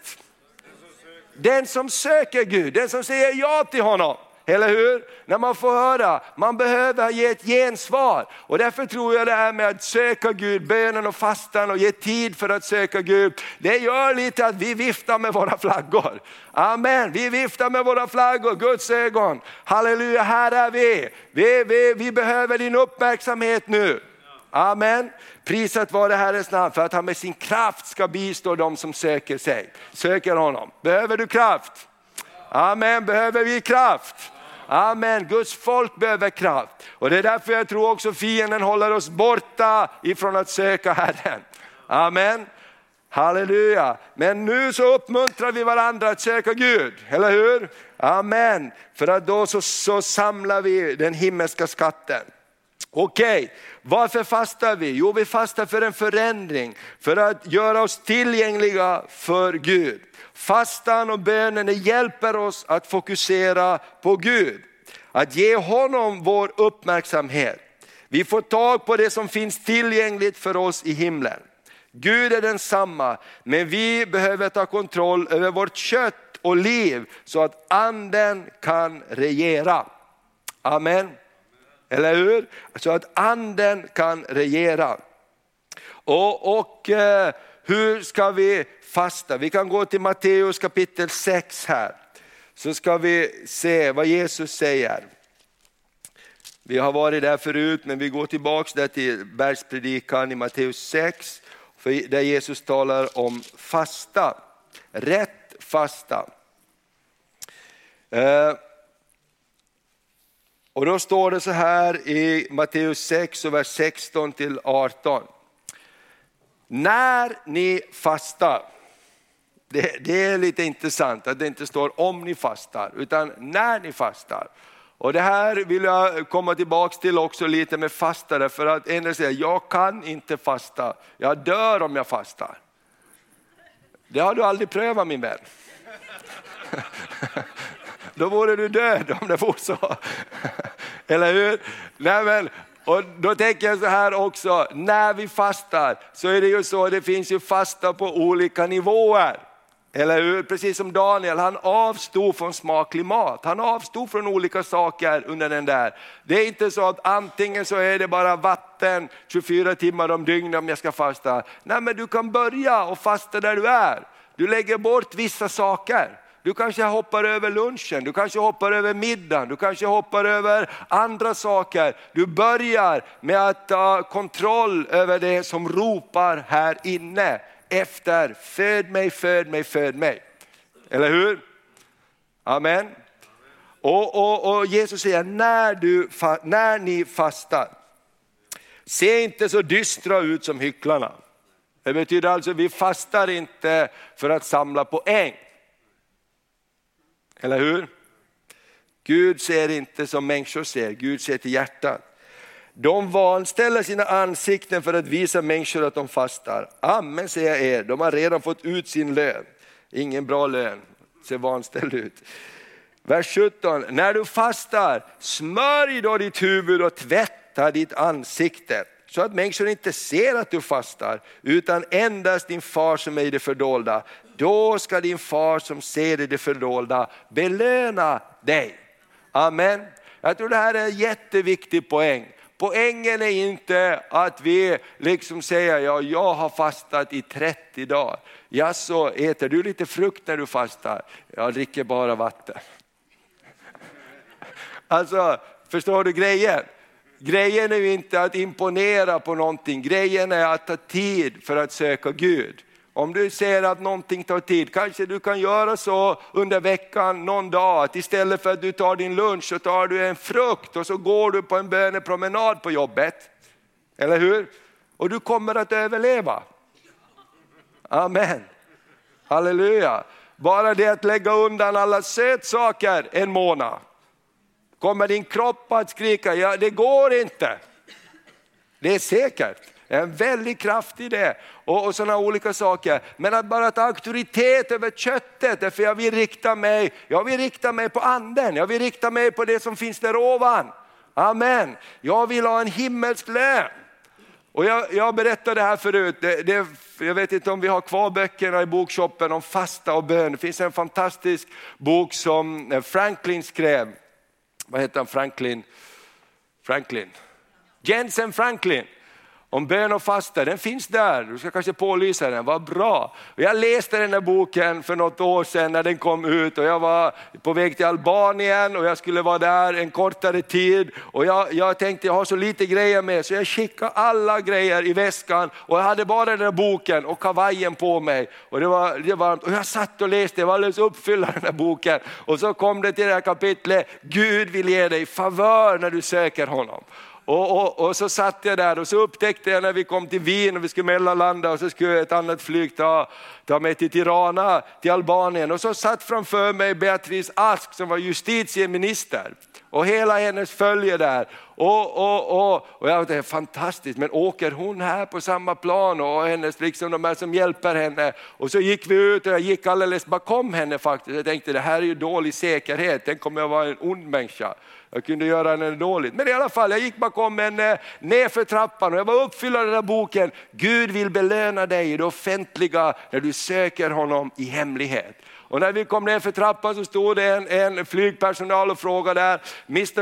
Den som söker Gud, den som säger ja till honom. Eller hur? När man får höra, man behöver ge ett gensvar. Och därför tror jag det här med att söka Gud, bönen och fastan och ge tid för att söka Gud. Det gör lite att vi viftar med våra flaggor. Amen, vi viftar med våra flaggor, Guds ögon. Halleluja, här är vi. Vi behöver din uppmärksamhet nu. Amen. Prisat vare Herrens namn, för att han med sin kraft ska bistå de som söker honom. Behöver du kraft? Amen, behöver vi kraft? Amen, Guds folk behöver kraft. Och det är därför jag tror också fienden håller oss borta ifrån att söka Herren. Amen. Halleluja. Men nu så uppmuntrar vi varandra att söka Gud, eller hur? Amen. För att då så samlar vi den himmelska skatten. Okej, varför fastar vi? Jo, vi fastar för en förändring, för att göra oss tillgängliga för Gud. Fastan och bönen hjälper oss att fokusera på Gud, att ge honom vår uppmärksamhet. Vi får tag på det som finns tillgängligt för oss i himlen. Gud är densamma, men vi behöver ta kontroll över vårt kött och liv så att anden kan regera. Amen. Eller hur? Så att anden kan regera. Och hur ska vi fasta? Vi kan gå till Matteus kapitel 6 här. Så ska vi se vad Jesus säger. Vi har varit där förut, men vi går tillbaka där till bergspredikan i Matteus 6. Där Jesus talar om fasta. Rätt fasta. Och då står det så här i Matteus 6 och vers 16 till 18. När ni fastar, det är lite intressant att det inte står om ni fastar utan när ni fastar. Och det här vill jag komma tillbaka till också lite med fastare, för att en del säger jag kan inte fasta, jag dör om jag fastar. Det har du aldrig prövat, min vän. Då vore du död om det var så. Eller hur? Nej, men, och då tänker jag så här också, när vi fastar så är det ju så, det finns ju fasta på olika nivåer. Eller hur? Precis som Daniel, han avstod från smaklig mat. Han avstod från olika saker under den där. Det är inte så att antingen så är det bara vatten 24 timmar om dygnet om jag ska fasta. Nej, men du kan börja och fasta där du är. Du lägger bort vissa saker. Du kanske hoppar över lunchen, du kanske hoppar över middagen, du kanske hoppar över andra saker. Du börjar med att ta kontroll över det som ropar här inne. Efter, föd mig, föd mig, föd mig. Eller hur? Amen. Och Jesus säger, när ni fastar, se inte så dystra ut som hycklarna. Det betyder alltså, vi fastar inte för att samla poäng. Eller hur? Gud ser inte som människor ser, Gud ser till hjärtat. De vanställer sina ansikten för att visa människor att de fastar. Amen, säger jag er, de har redan fått ut sin lön. Ingen bra lön, ser vanställd ut. Vers 17, när du fastar, smörj då ditt huvud och tvätta ditt ansikte. Så att människor inte ser att du fastar, utan endast din far som är i det fördolda. Då ska din far som ser i det fördolda belöna dig. Amen. Jag tror det här är en jätteviktig poäng. Poängen är inte att vi liksom säger, ja, jag har fastat i 30 dagar. Ja, så äter du lite frukt när du fastar? Jag dricker bara vatten. Alltså, förstår du grejen? Grejen är ju inte att imponera på någonting. Grejen är att ta tid för att söka Gud. Om du ser att någonting tar tid, kanske du kan göra så under veckan någon dag. Att istället för att du tar din lunch så tar du en frukt och så går du på en bönepromenad på jobbet. Eller hur? Och du kommer att överleva. Amen. Halleluja. Bara det att lägga undan alla sötsaker en månad. Kommer din kropp att skrika, ja det går inte. Det är säkert. Det är en väldigt kraft i det. Och sådana olika saker. Men att bara ta auktoritet över köttet. Därför jag vill rikta mig på anden. Jag vill rikta mig på det som finns där ovan. Amen. Jag vill ha en himmelsk lön. Och jag berättade det här förut. Jag vet inte om vi har kvar böckerna i bokshoppen om fasta och bön. Det finns en fantastisk bok som Franklin skrev. Vad heter han? Franklin. Jensen Franklin. Om bön och fasta, den finns där. Du ska kanske pålysa den, vad bra. Och jag läste den här boken för något år sedan när den kom ut. Och jag var på väg till Albanien och jag skulle vara där en kortare tid. Och jag tänkte, jag har så lite grejer med. Så jag skickade alla grejer i väskan. Och jag hade bara den här boken och kavajen på mig. Och det var varmt. Och jag satt och läste, jag var alldeles uppfylld av den här boken. Och så kom det till det här kapitlet. Gud vill ge dig favör när du söker honom. Och så satt jag där och så upptäckte jag när vi kom till Wien och vi skulle mellanlanda och så skulle ett annat flyg ta mig till Tirana, till Albanien. Och så satt framför mig Beatrice Ask som var justitieminister och hela hennes följe där. Och jag tänkte, fantastiskt, men åker hon här på samma plan och hennes liksom de här som hjälper henne. Och så gick vi ut och jag gick alldeles bakom henne faktiskt. Jag tänkte, det här är ju dålig säkerhet, den kommer att vara en ond människa. Jag kunde göra henne dåligt. Men i alla fall, jag gick bakom henne nerför trappan och jag var uppfylld av den här boken. Gud vill belöna dig i det offentliga när du söker honom i hemlighet. Och när vi kom ner för trappan så stod det en flygpersonal och frågade Mr.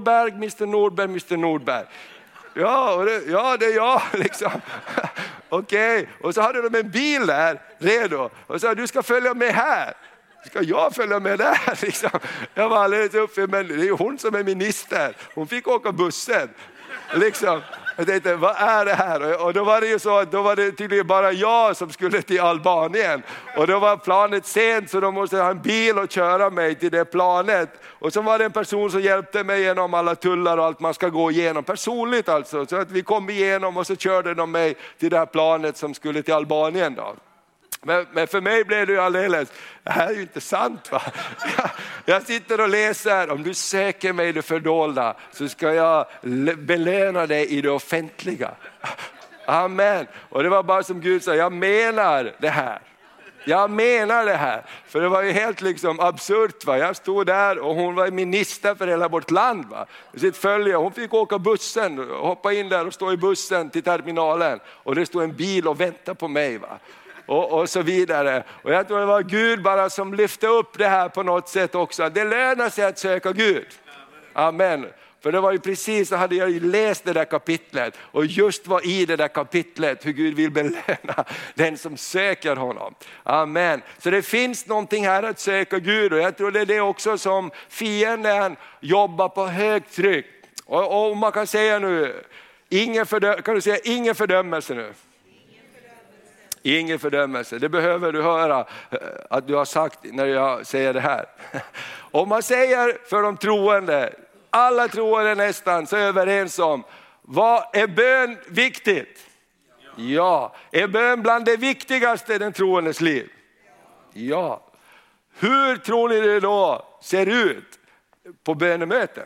Nordberg. Ja, det är jag liksom. Okej. Och så hade de en bil där redo och sa, du ska följa med här. Ska jag följa med där? Liksom. Jag var alldeles uppe, men det är ju hon som är minister. Hon fick åka bussen. Liksom. Jag tänkte, vad är det här? Och då var det ju så att då var det tydligen bara jag som skulle till Albanien. Och då var planet sent så de måste ha en bil och köra mig till det planet. Och så var det en person som hjälpte mig genom alla tullar och allt man ska gå igenom. Personligt alltså. Så att vi kom igenom och så körde de mig till det här planet som skulle till Albanien då. Men för mig blev det ju alldeles, det här är ju inte sant va. Jag sitter och läser, om du söker mig i det fördolda så ska jag belöna dig i det offentliga. Amen. Och det var bara som Gud sa, jag menar det här. Jag menar det här. För det var ju helt liksom absurt va. Jag stod där och hon var minister för hela vårt land va. Sitt följe. Hon fick åka bussen, hoppa in där och stå i bussen till terminalen. Och det stod en bil och väntade på mig va. Och så vidare. Och jag tror det var Gud bara som lyfte upp det här på något sätt också. Det lönar sig att söka Gud. Amen. För det var ju precis så hade jag ju läst det där kapitlet. Och just var i det där kapitlet hur Gud vill belöna den som söker honom. Amen. Så det finns någonting här att söka Gud. Och jag tror det är det också som fienden jobbar på högtryck. Och man kan säga nu, kan du säga ingen fördömelse nu? Ingen fördömelse, det behöver du höra att du har sagt när jag säger det här. Om man säger för de troende, alla troende nästan så är överens om, vad är bön viktigt? Ja. Är bön bland det viktigaste i den troendes liv? Ja. Hur tror ni det då ser ut på bönemöte?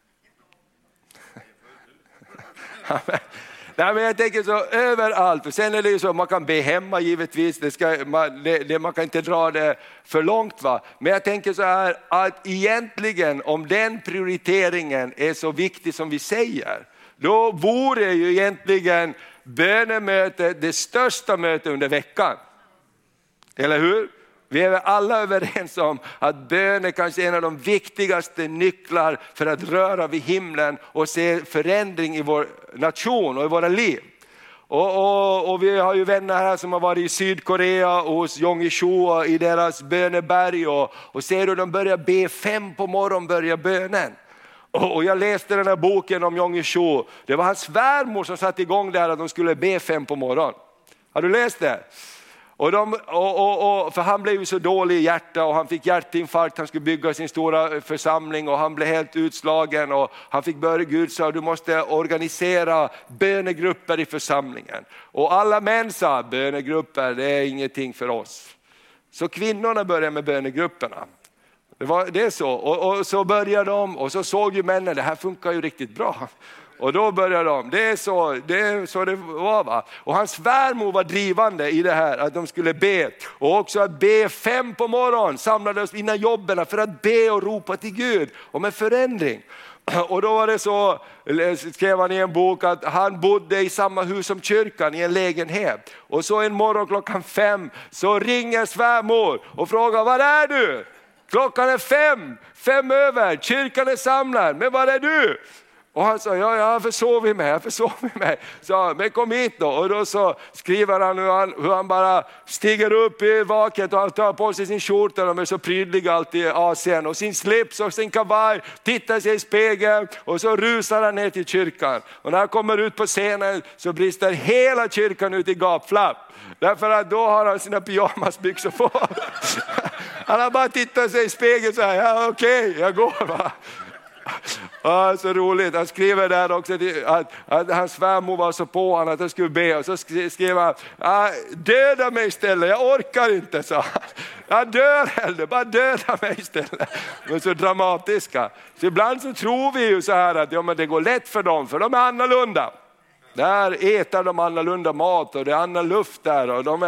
Nej, men jag tänker så överallt. Och sen är det ju så man kan be hemma givetvis. Man kan inte dra det för långt va. Men jag tänker så här att egentligen om den prioriteringen är så viktig som vi säger. Då vore ju egentligen bönemötet det största mötet under veckan. Eller hur? Vi är alla överens om att bön är kanske en av de viktigaste nycklar för att röra vid himlen och se förändring i vår nation och i våra liv. Och vi har ju vänner här som har varit i Sydkorea och hos Jong-Il-Soo i deras böneberg och ser hur de börjar be 5 på morgonen börjar bönen. Och jag läste den här boken om Jong-Il-Soo. Det var hans svärmor som satte igång där att de skulle be 5 på morgonen. Har du läst det? För han blev ju så dålig i hjärta och han fick hjärtinfarkt, han skulle bygga sin stora församling och han blev helt utslagen och han fick börja, Gud sa du måste organisera bönegrupper i församlingen. Och alla män sa bönegrupper det är ingenting för oss. Så kvinnorna började med bönegrupperna. Det är så och så började de och så såg ju männen det här funkar ju riktigt bra. Och då började de, det är så det var va. Och hans svärmor var drivande i det här att de skulle be. Och också att be 5 på morgonen samlades innan jobben för att be och ropa till Gud om en förändring. Och då var det så, skrev han i en bok att han bodde i samma hus som kyrkan i en lägenhet. Och så en morgon klockan 5 så ringer svärmor och frågar var är du? Klockan är 5 över, kyrkan är samlad, men var är du? Och han sa, jag försov mig. Så, men kom hit då. Och då så skriver han hur han bara stiger upp i vaket och han tar på sig sin skjorta. De är så prydliga alltid i Asien. Och sin slips och sin kavaj, tittar sig i spegeln och så rusar han ner till kyrkan. Och när han kommer ut på scenen så brister hela kyrkan ut i gapflapp. Därför att då har han sina pyjamasbyxor på. Han har bara tittat sig i spegeln och säger, ja okej, jag går va. Så roligt, han skriver där också att hans svärmor var så på honom att han skulle be och så skrev han, döda mig istället, jag orkar inte så. Jag dör hellre, bara döda mig istället. Men så dramatiska. Så ibland så tror vi ju så här att men det går lätt för dem, för de är annorlunda. Där äter de annorlunda mat och det är annan luft där och de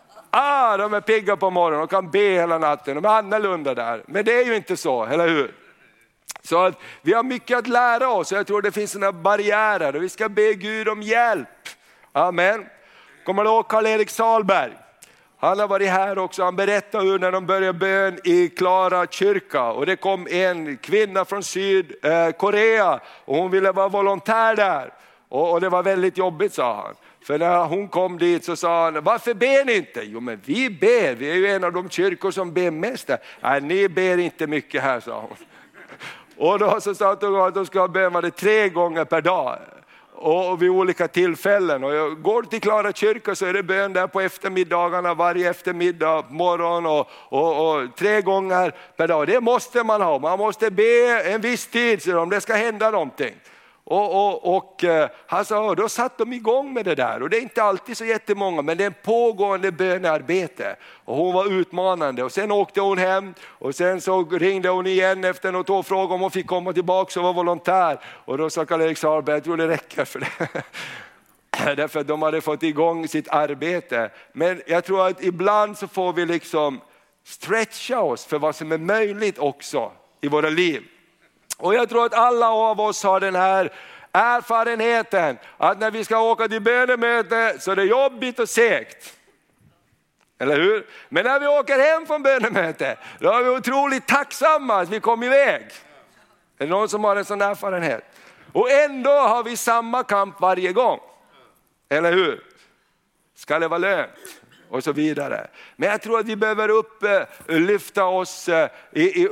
är pigga på morgonen och kan be hela natten. De är annorlunda där, men det är ju inte så, eller hur? Så att vi har mycket att lära oss. Jag tror det finns sådana barriärer och vi ska be Gud om hjälp. Amen. Kommer du ihåg Karl-Erik Salberg? Han har varit här också. Han berättade hur när de började bön i Klara kyrka. Och det kom en kvinna från Sydkorea och hon ville vara volontär där. Och det var väldigt jobbigt sa han. För när hon kom dit så sa han, varför ber ni inte? Jo men vi ber, vi är ju en av de kyrkor som ber mest där. Nej, ni ber inte mycket här sa hon. Och då så sa hon att de ska be 3 gånger per dag. och vid olika tillfällen. Och jag går till Klara kyrka så är det bön där på eftermiddagarna, varje eftermiddag, morgon och 3 gånger per dag. Det måste man ha. Man måste be en viss tid så om det ska hända någonting. Och han sa, då satt de igång med det där. Och det är inte alltid så jättemånga, men det är en pågående bönearbete. Och hon var utmanande. Och sen åkte hon hem. Och sen så ringde hon igen efter något år och frågade om hon fick komma tillbaka och vara volontär. Och då sa Karl-Erik Sahlberg, jag tror det räcker för det. Därför att de hade fått igång sitt arbete. Men jag tror att ibland så får vi liksom stretcha oss för vad som är möjligt också i våra liv. Och jag tror att alla av oss har den här erfarenheten att när vi ska åka till bönemöte så är det jobbigt och segt. Eller hur? Men när vi åker hem från bönemöte då är vi otroligt tacksamma att vi kom iväg. Är det någon som har en sån erfarenhet? Och ändå har vi samma kamp varje gång. Eller hur? Ska det vara lönt? Och så vidare. Men jag tror att vi behöver lyfta oss i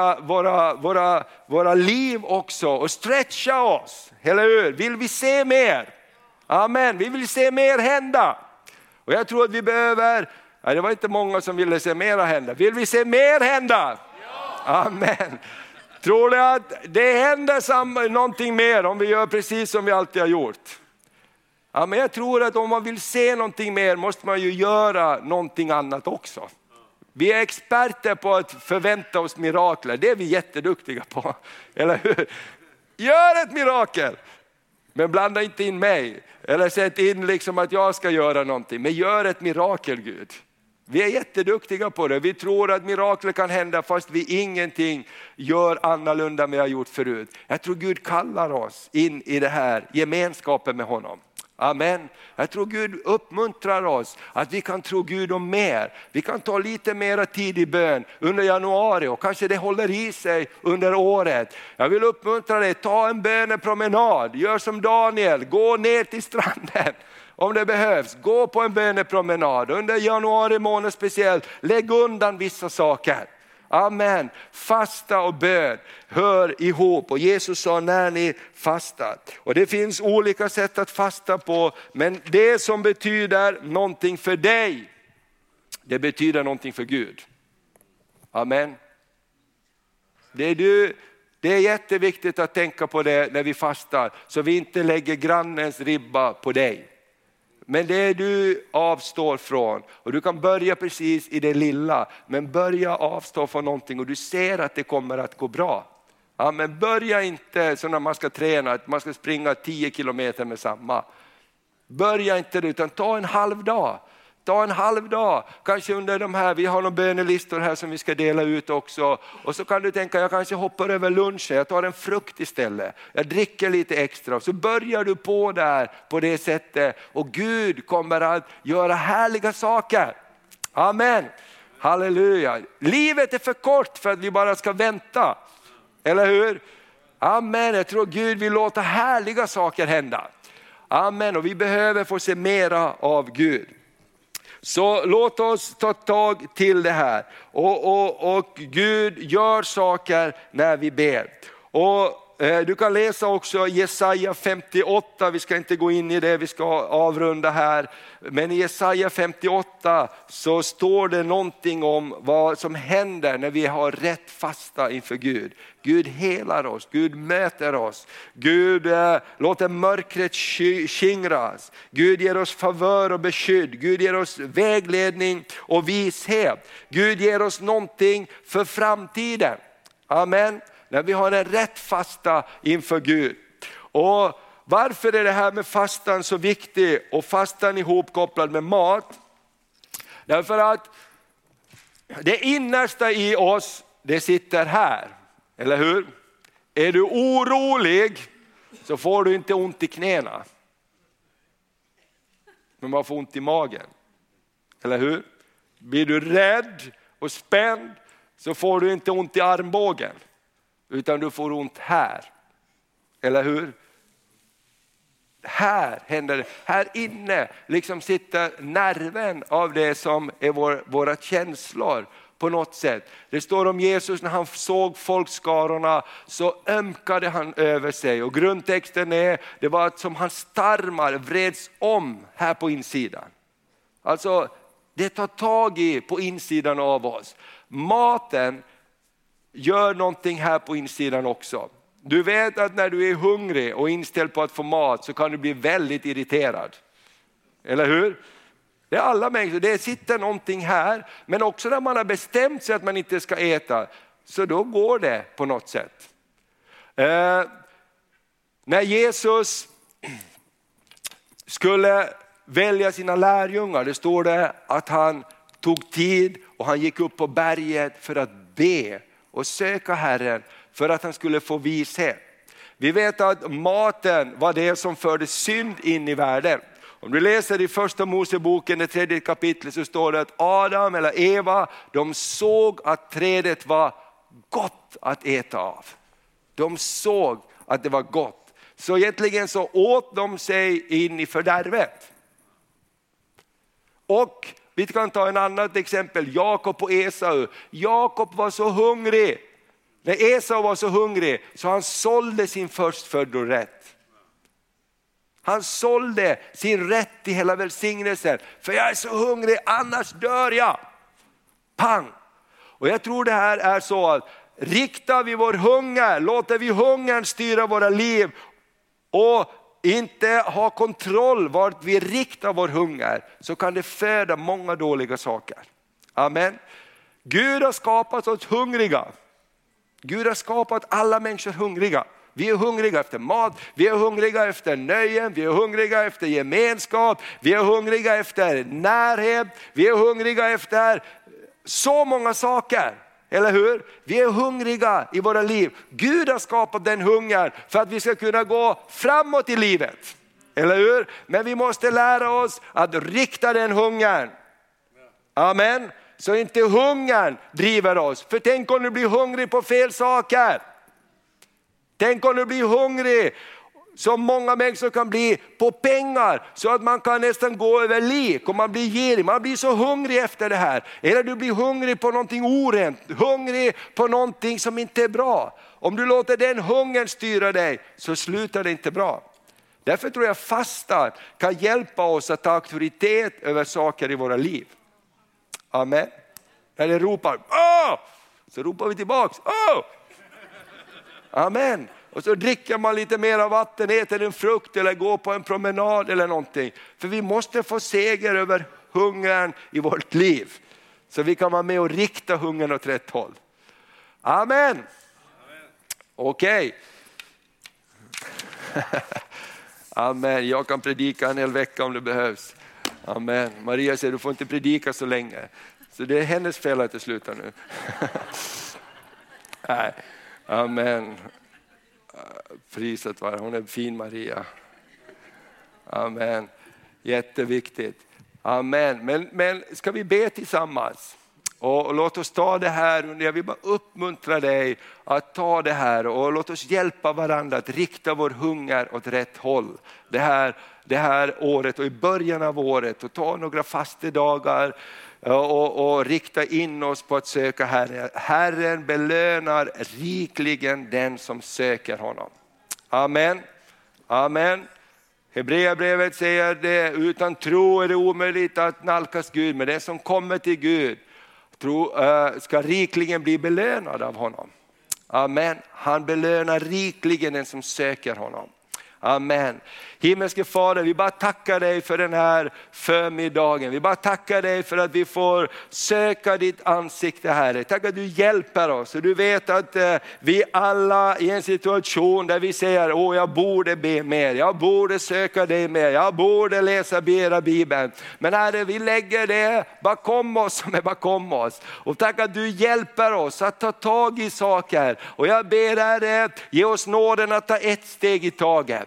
våra liv också och stretcha oss. Eller hur? Vill vi se mer? Amen. Vi vill se mer hända. Och jag tror att vi behöver, det var inte många som ville se mer hända. Vill vi se mer hända? Ja. Amen. Tror du att det händer någonting mer om vi gör precis som vi alltid har gjort? Ja, men jag tror att om man vill se någonting mer måste man ju göra någonting annat också. Vi är experter på att förvänta oss mirakler. Det är vi jätteduktiga på. Eller hur? Gör ett mirakel. Men blanda inte in mig. Eller sätt in liksom att jag ska göra någonting. Men gör ett mirakel, Gud. Vi är jätteduktiga på det. Vi tror att mirakler kan hända fast vi ingenting gör annorlunda än vi har gjort förut. Jag tror Gud kallar oss in i det här gemenskapen med honom. Amen. Jag tror Gud uppmuntrar oss att vi kan tro Gud om mer. Vi kan ta lite mera tid i bön under januari och kanske det håller i sig under året. Jag vill uppmuntra dig, ta en bönepromenad. Gör som Daniel, gå ner till stranden. Om det behövs, gå på en bönepromenad. Under januari månad speciellt, lägg undan vissa saker. Amen. Fasta och bön hör ihop. Och Jesus sa när ni fastar. Och det finns olika sätt att fasta på. Men det som betyder någonting för dig, det betyder någonting för Gud. Amen. Det är jätteviktigt att tänka på det när vi fastar. Så vi inte lägger grannens ribba på dig. Men det du avstår från, och du kan börja precis i det lilla, men börja avstå från någonting och du ser att det kommer att gå bra. Ja, men börja inte så när man ska träna, att man ska springa 10 kilometer med samma. Börja inte det, utan ta en halv dag. Ta en halv dag, kanske under de här, vi har några bönelistor här som vi ska dela ut också. Och så kan du tänka, jag kanske hoppar över lunchen, jag tar en frukt istället. Jag dricker lite extra, så börjar du på där på det sättet. Och Gud kommer att göra härliga saker. Amen, halleluja. Livet är för kort för att vi bara ska vänta, eller hur? Amen, jag tror Gud vill låta härliga saker hända. Amen, och vi behöver få se mera av Gud. Så låt oss ta tag till det här. Och Gud gör saker när vi ber. Och du kan läsa också Jesaja 58, vi ska inte gå in i det, vi ska avrunda här. Men i Jesaja 58 så står det någonting om vad som händer när vi har rätt fasta inför Gud. Gud helar oss, Gud möter oss, Gud låter mörkret skingras. Gud ger oss favör och beskydd, Gud ger oss vägledning och vishet. Gud ger oss någonting för framtiden. Amen. När vi har en rätt fasta inför Gud. Och varför är det här med fastan så viktigt och fastan ihopkopplad med mat? Därför att det innersta i oss, det sitter här. Eller hur? Är du orolig så får du inte ont i knäna. Men man får ont i magen. Eller hur? Blir du rädd och spänd så får du inte ont i armbågen. Utan du får ont här. Eller hur? Här händer det. Här inne liksom sitter nerven av det som är våra känslor. på något sätt. Det står om Jesus när han såg folkskarorna så ömkade han över sig. Och grundtexten är, det var som hans tarmar vreds om här på insidan. Alltså det tar tag i på insidan av oss. Maten gör någonting här på insidan också. Du vet att när du är hungrig och inställd på att få mat så kan du bli väldigt irriterad. Eller hur? Det är alla människor, det sitter någonting här. Men också när man har bestämt sig att man inte ska äta, så då går det på något sätt. När Jesus skulle välja sina lärjungar, det står det att han tog tid och han gick upp på berget för att be och söka Herren för att han skulle få vishet. Vi vet att maten var det som förde synd in i världen. Om du läser i första Moseboken, det 3:e kapitlet, så står det att Adam eller Eva, de såg att trädet var gott att äta av. De såg att det var gott. Så egentligen så åt de sig in i fördärvet. Och vi kan ta en annat exempel, Jakob och Esau. Jakob var så hungrig. När Esau var så hungrig så han sålde sin förstföddorätt. Han sålde sin rätt till hela välsignelsen. För jag är så hungrig, annars dör jag. Pang! Och jag tror det här är så att riktar vi vår hunger, låter vi hungern styra våra liv och inte ha kontroll vart vi riktar vår hunger, så kan det föda många dåliga saker. Amen. Gud har skapat oss hungriga. Gud har skapat alla människor hungriga. Vi är hungriga efter mat, vi är hungriga efter nöjen, vi är hungriga efter gemenskap, vi är hungriga efter närhet, vi är hungriga efter så många saker. Eller hur? Vi är hungriga i våra liv. Gud har skapat den hungern för att vi ska kunna gå framåt i livet. Eller hur? Men vi måste lära oss att rikta den hungern. Amen. Så inte hungern driver oss. För tänk om du blir hungrig på fel saker. Tänk om du blir hungrig, som många människor kan bli, på pengar. Så att man kan nästan gå över lik och man blir girig. Man blir så hungrig efter det här. Eller du blir hungrig på någonting orent. Hungrig på någonting som inte är bra. Om du låter den hungern styra dig så slutar det inte bra. Därför tror jag fastan kan hjälpa oss att ta auktoritet över saker i våra liv. Amen. När det ropar, åh! Så ropar vi tillbaks, åh! Amen. Och så dricker man lite mer vatten, äter en frukt eller går på en promenad eller någonting. För vi måste få seger över hungern i vårt liv. Så vi kan vara med och rikta hungern åt rätt håll. Amen. Okej. Amen. Jag kan predika en hel vecka om det behövs. Amen. Maria säger du får inte predika så länge. Så det är hennes fel att det slutar nu. Nej. Amen. Priset var hon är fin Maria. Amen. Jätteviktigt. Amen. Men ska vi be tillsammans? Och låt oss ta det här. Jag vill bara uppmuntra dig att ta det här. Och låt oss hjälpa varandra att rikta vår hunger åt rätt håll. Det här året och i början av året. Och ta några fastedagar. Och rikta in oss på att söka Herren. Herren belönar rikligen den som söker honom. Amen. Amen. Hebreerbrevet säger det, utan tro är det omöjligt att nalkas Gud. Men den som kommer till Gud ska rikligen bli belönad av honom. Amen. Han belönar rikligen den som söker honom. Amen. Himmelske Fader, vi bara tackar dig för den här förmiddagen. Vi bara tackar dig för att vi får söka ditt ansikte, Herre. Tack att du hjälper oss. Och du vet att vi alla i en situation där vi säger, jag borde be mer. Jag borde söka dig mer. Jag borde läsa mera Bibeln. Men Herre, vi lägger det bakom oss som är bakom oss. Och tack att du hjälper oss att ta tag i saker. Och jag ber Herre, ge oss nåden att ta ett steg i taget.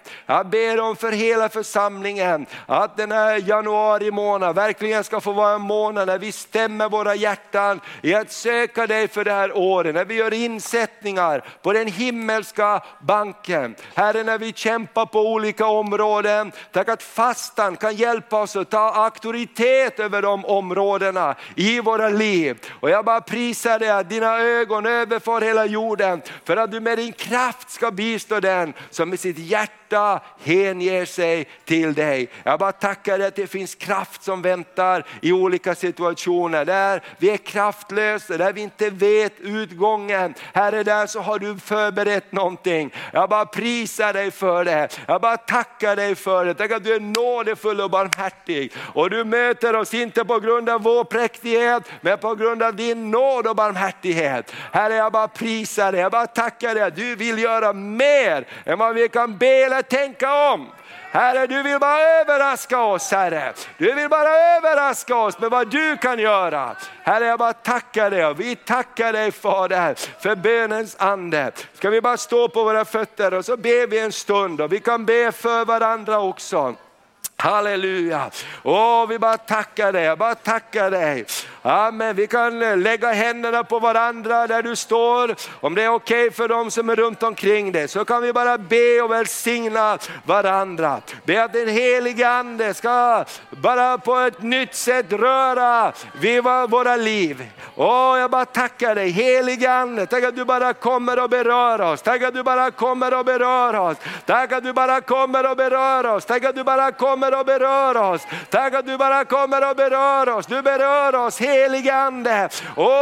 Jag ber om för hela församlingen att den här januari månad verkligen ska få vara en månad när vi stämmer våra hjärtan i att söka dig för det här året. När vi gör insättningar på den himmelska banken. Herre, när vi kämpar på olika områden. Tack att fastan kan hjälpa oss att ta auktoritet över de områdena i våra liv. Och jag bara prisar dig att dina ögon överför hela jorden. För att du med din kraft ska bistå den som med sitt hjärta hänger sig till dig. Jag bara tackar dig att det finns kraft som väntar i olika situationer. Där vi är kraftlösa, där vi inte vet utgången. Herre, där så har du förberett någonting. Jag bara prisar dig för det. Jag bara tackar dig för det. Tack att du är nådefull och barmhärtig. Och du möter oss inte på grund av vår präktighet, men på grund av din nåd och barmhärtighet. Herre, jag bara prisar dig. Jag bara tackar dig att du vill göra mer än vad vi kan be eller tänka om. Herre, du vill bara överraska oss, Herre. Du vill bara överraska oss med vad du kan göra. Herre, jag bara tackar dig och vi tackar dig, Fader, för bönens ande. Ska vi bara stå på våra fötter och så ber vi en stund, och vi kan be för varandra också. Halleluja. Vi bara tackar dig, jag bara tackar dig. Amen. Vi kan lägga händerna på varandra där du står. Om det är okej för dem som är runt omkring dig, så kan vi bara be och välsigna varandra. Be att den helige ande ska bara på ett nytt sätt röra vid våra liv. Jag bara tackar dig, helige ande. Tack att du bara kommer och berör oss. Tack att du bara kommer och berör oss. Tack att du bara kommer och berör oss. Tack att du bara kommer och berör oss. Tack att du bara kommer och berör oss. Du berör oss, helige ande.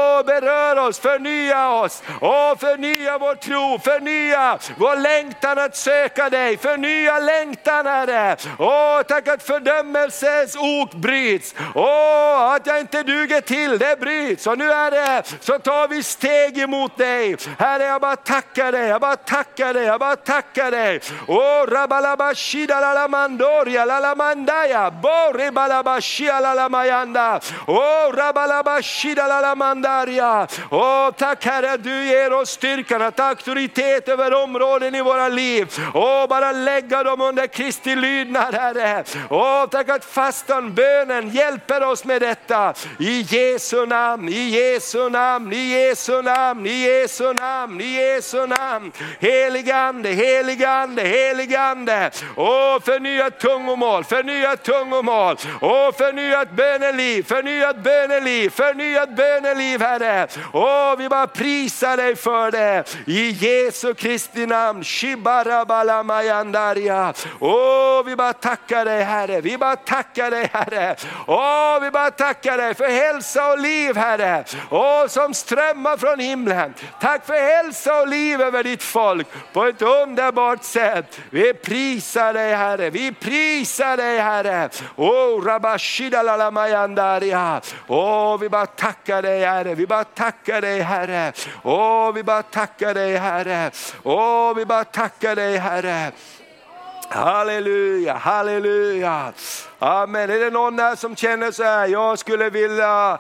Berör oss, förnya oss. Förnya vår tro, förnya vår längtan att söka dig. Förnya längtan, Herre. Tack att fördömelsens ok bryts. Att jag inte duger till, det bryts. Och nu, Herre, så tar vi steg emot dig. Herre, jag bara tackar dig. Jag bara tackar dig. Jag bara tackar dig. Rabalabashida lalamandoria lalamandaya. Boribalabashia lalamayanda. Rabalabashida lalamandaria. Tack, Herre, du ger oss styrkan att auktoritet över områden i våra liv. Bara lägga dem under Kristi lydnad, Herre. Tack att fastan, bönen hjälper oss med detta. I Jesu namn, i Jesu namn, i Jesu namn, i Jesu namn, i Jesu namn. Helige ande, helige ande, helige ande. Förnyat tungomål, förnyat tungomål. Förnyat böneliv, förnyat böneliv, förnyat böneliv, Herre. Vi bara prisar dig för det. I Jesu Kristi namn. Shibarabalamandaria. Vi bara tackar dig, Herre. Vi bara tackar dig, Herre. Vi bara tackar dig för hälsa och liv, Herre. Som strömmar från himlen. Tack för hälsa och liv över ditt folk på ett underbart sätt. Vi prisar dig, Herre. Vi prisar dig, Herre. Rabashida lalamayandaria. Vi bara tackar dig, Herre. Vi bara tackar dig, Herre. Vi bara tackar dig, Herre. Vi bara tackar dig, Herre. Halleluja, halleluja. Amen. Är det någon där som känner så här: jag skulle vilja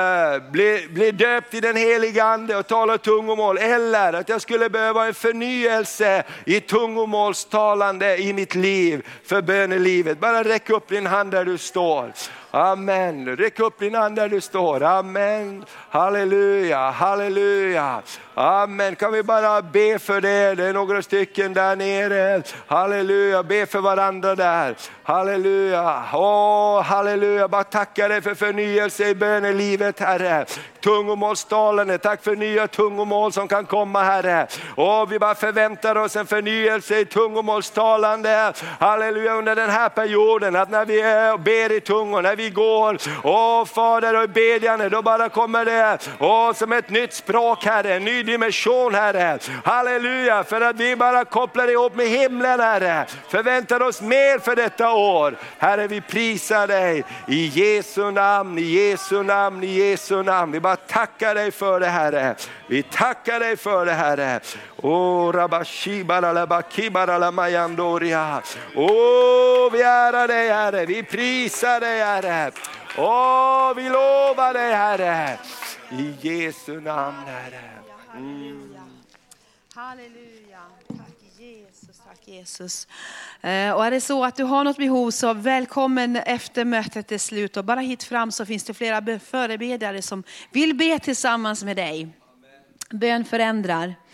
bli döpt i den heliga ande och tala tungomål, eller att jag skulle behöva en förnyelse i tungomålstalande i mitt liv för bönelivet? Bara räck upp din hand där du står. Amen. Räck upp din hand där du står. Amen. Halleluja, halleluja. Amen. Kan vi bara be för det? Det är några stycken där nere. Halleluja. Be för varandra där. Halleluja. Halleluja. Bara tacka dig för förnyelse i bönelivet, Herre. Tungomålstalande. Tack för nya tungomål som kan komma, Herre. Vi bara förväntar oss en förnyelse i tungomålstalande. Halleluja, under den här perioden. Att när vi ber i tungor, när vi går, Fader, och bedjande, då bara kommer det som ett nytt språk, Herre. En ny dimension, Herre. Halleluja, för att vi bara kopplar ihop med himlen, Herre. Förväntar oss mer för detta år. Herre, vi prisar dig i Jesu namn, i Jesu namn, i Jesu namn. Vi bara tackar dig för det, Herre. Vi tackar dig för det, Herre. Vi ärar dig, Herre. Vi prisar dig, Herre. Vi lovar dig, Herre. I Jesu namn, Herre. Halleluja. Tack Jesus, tack Jesus. Och är det så att du har något behov så välkommen efter mötet är slut. Och bara hit fram så finns det flera förebedjare som vill be tillsammans med dig. Bön förändrar.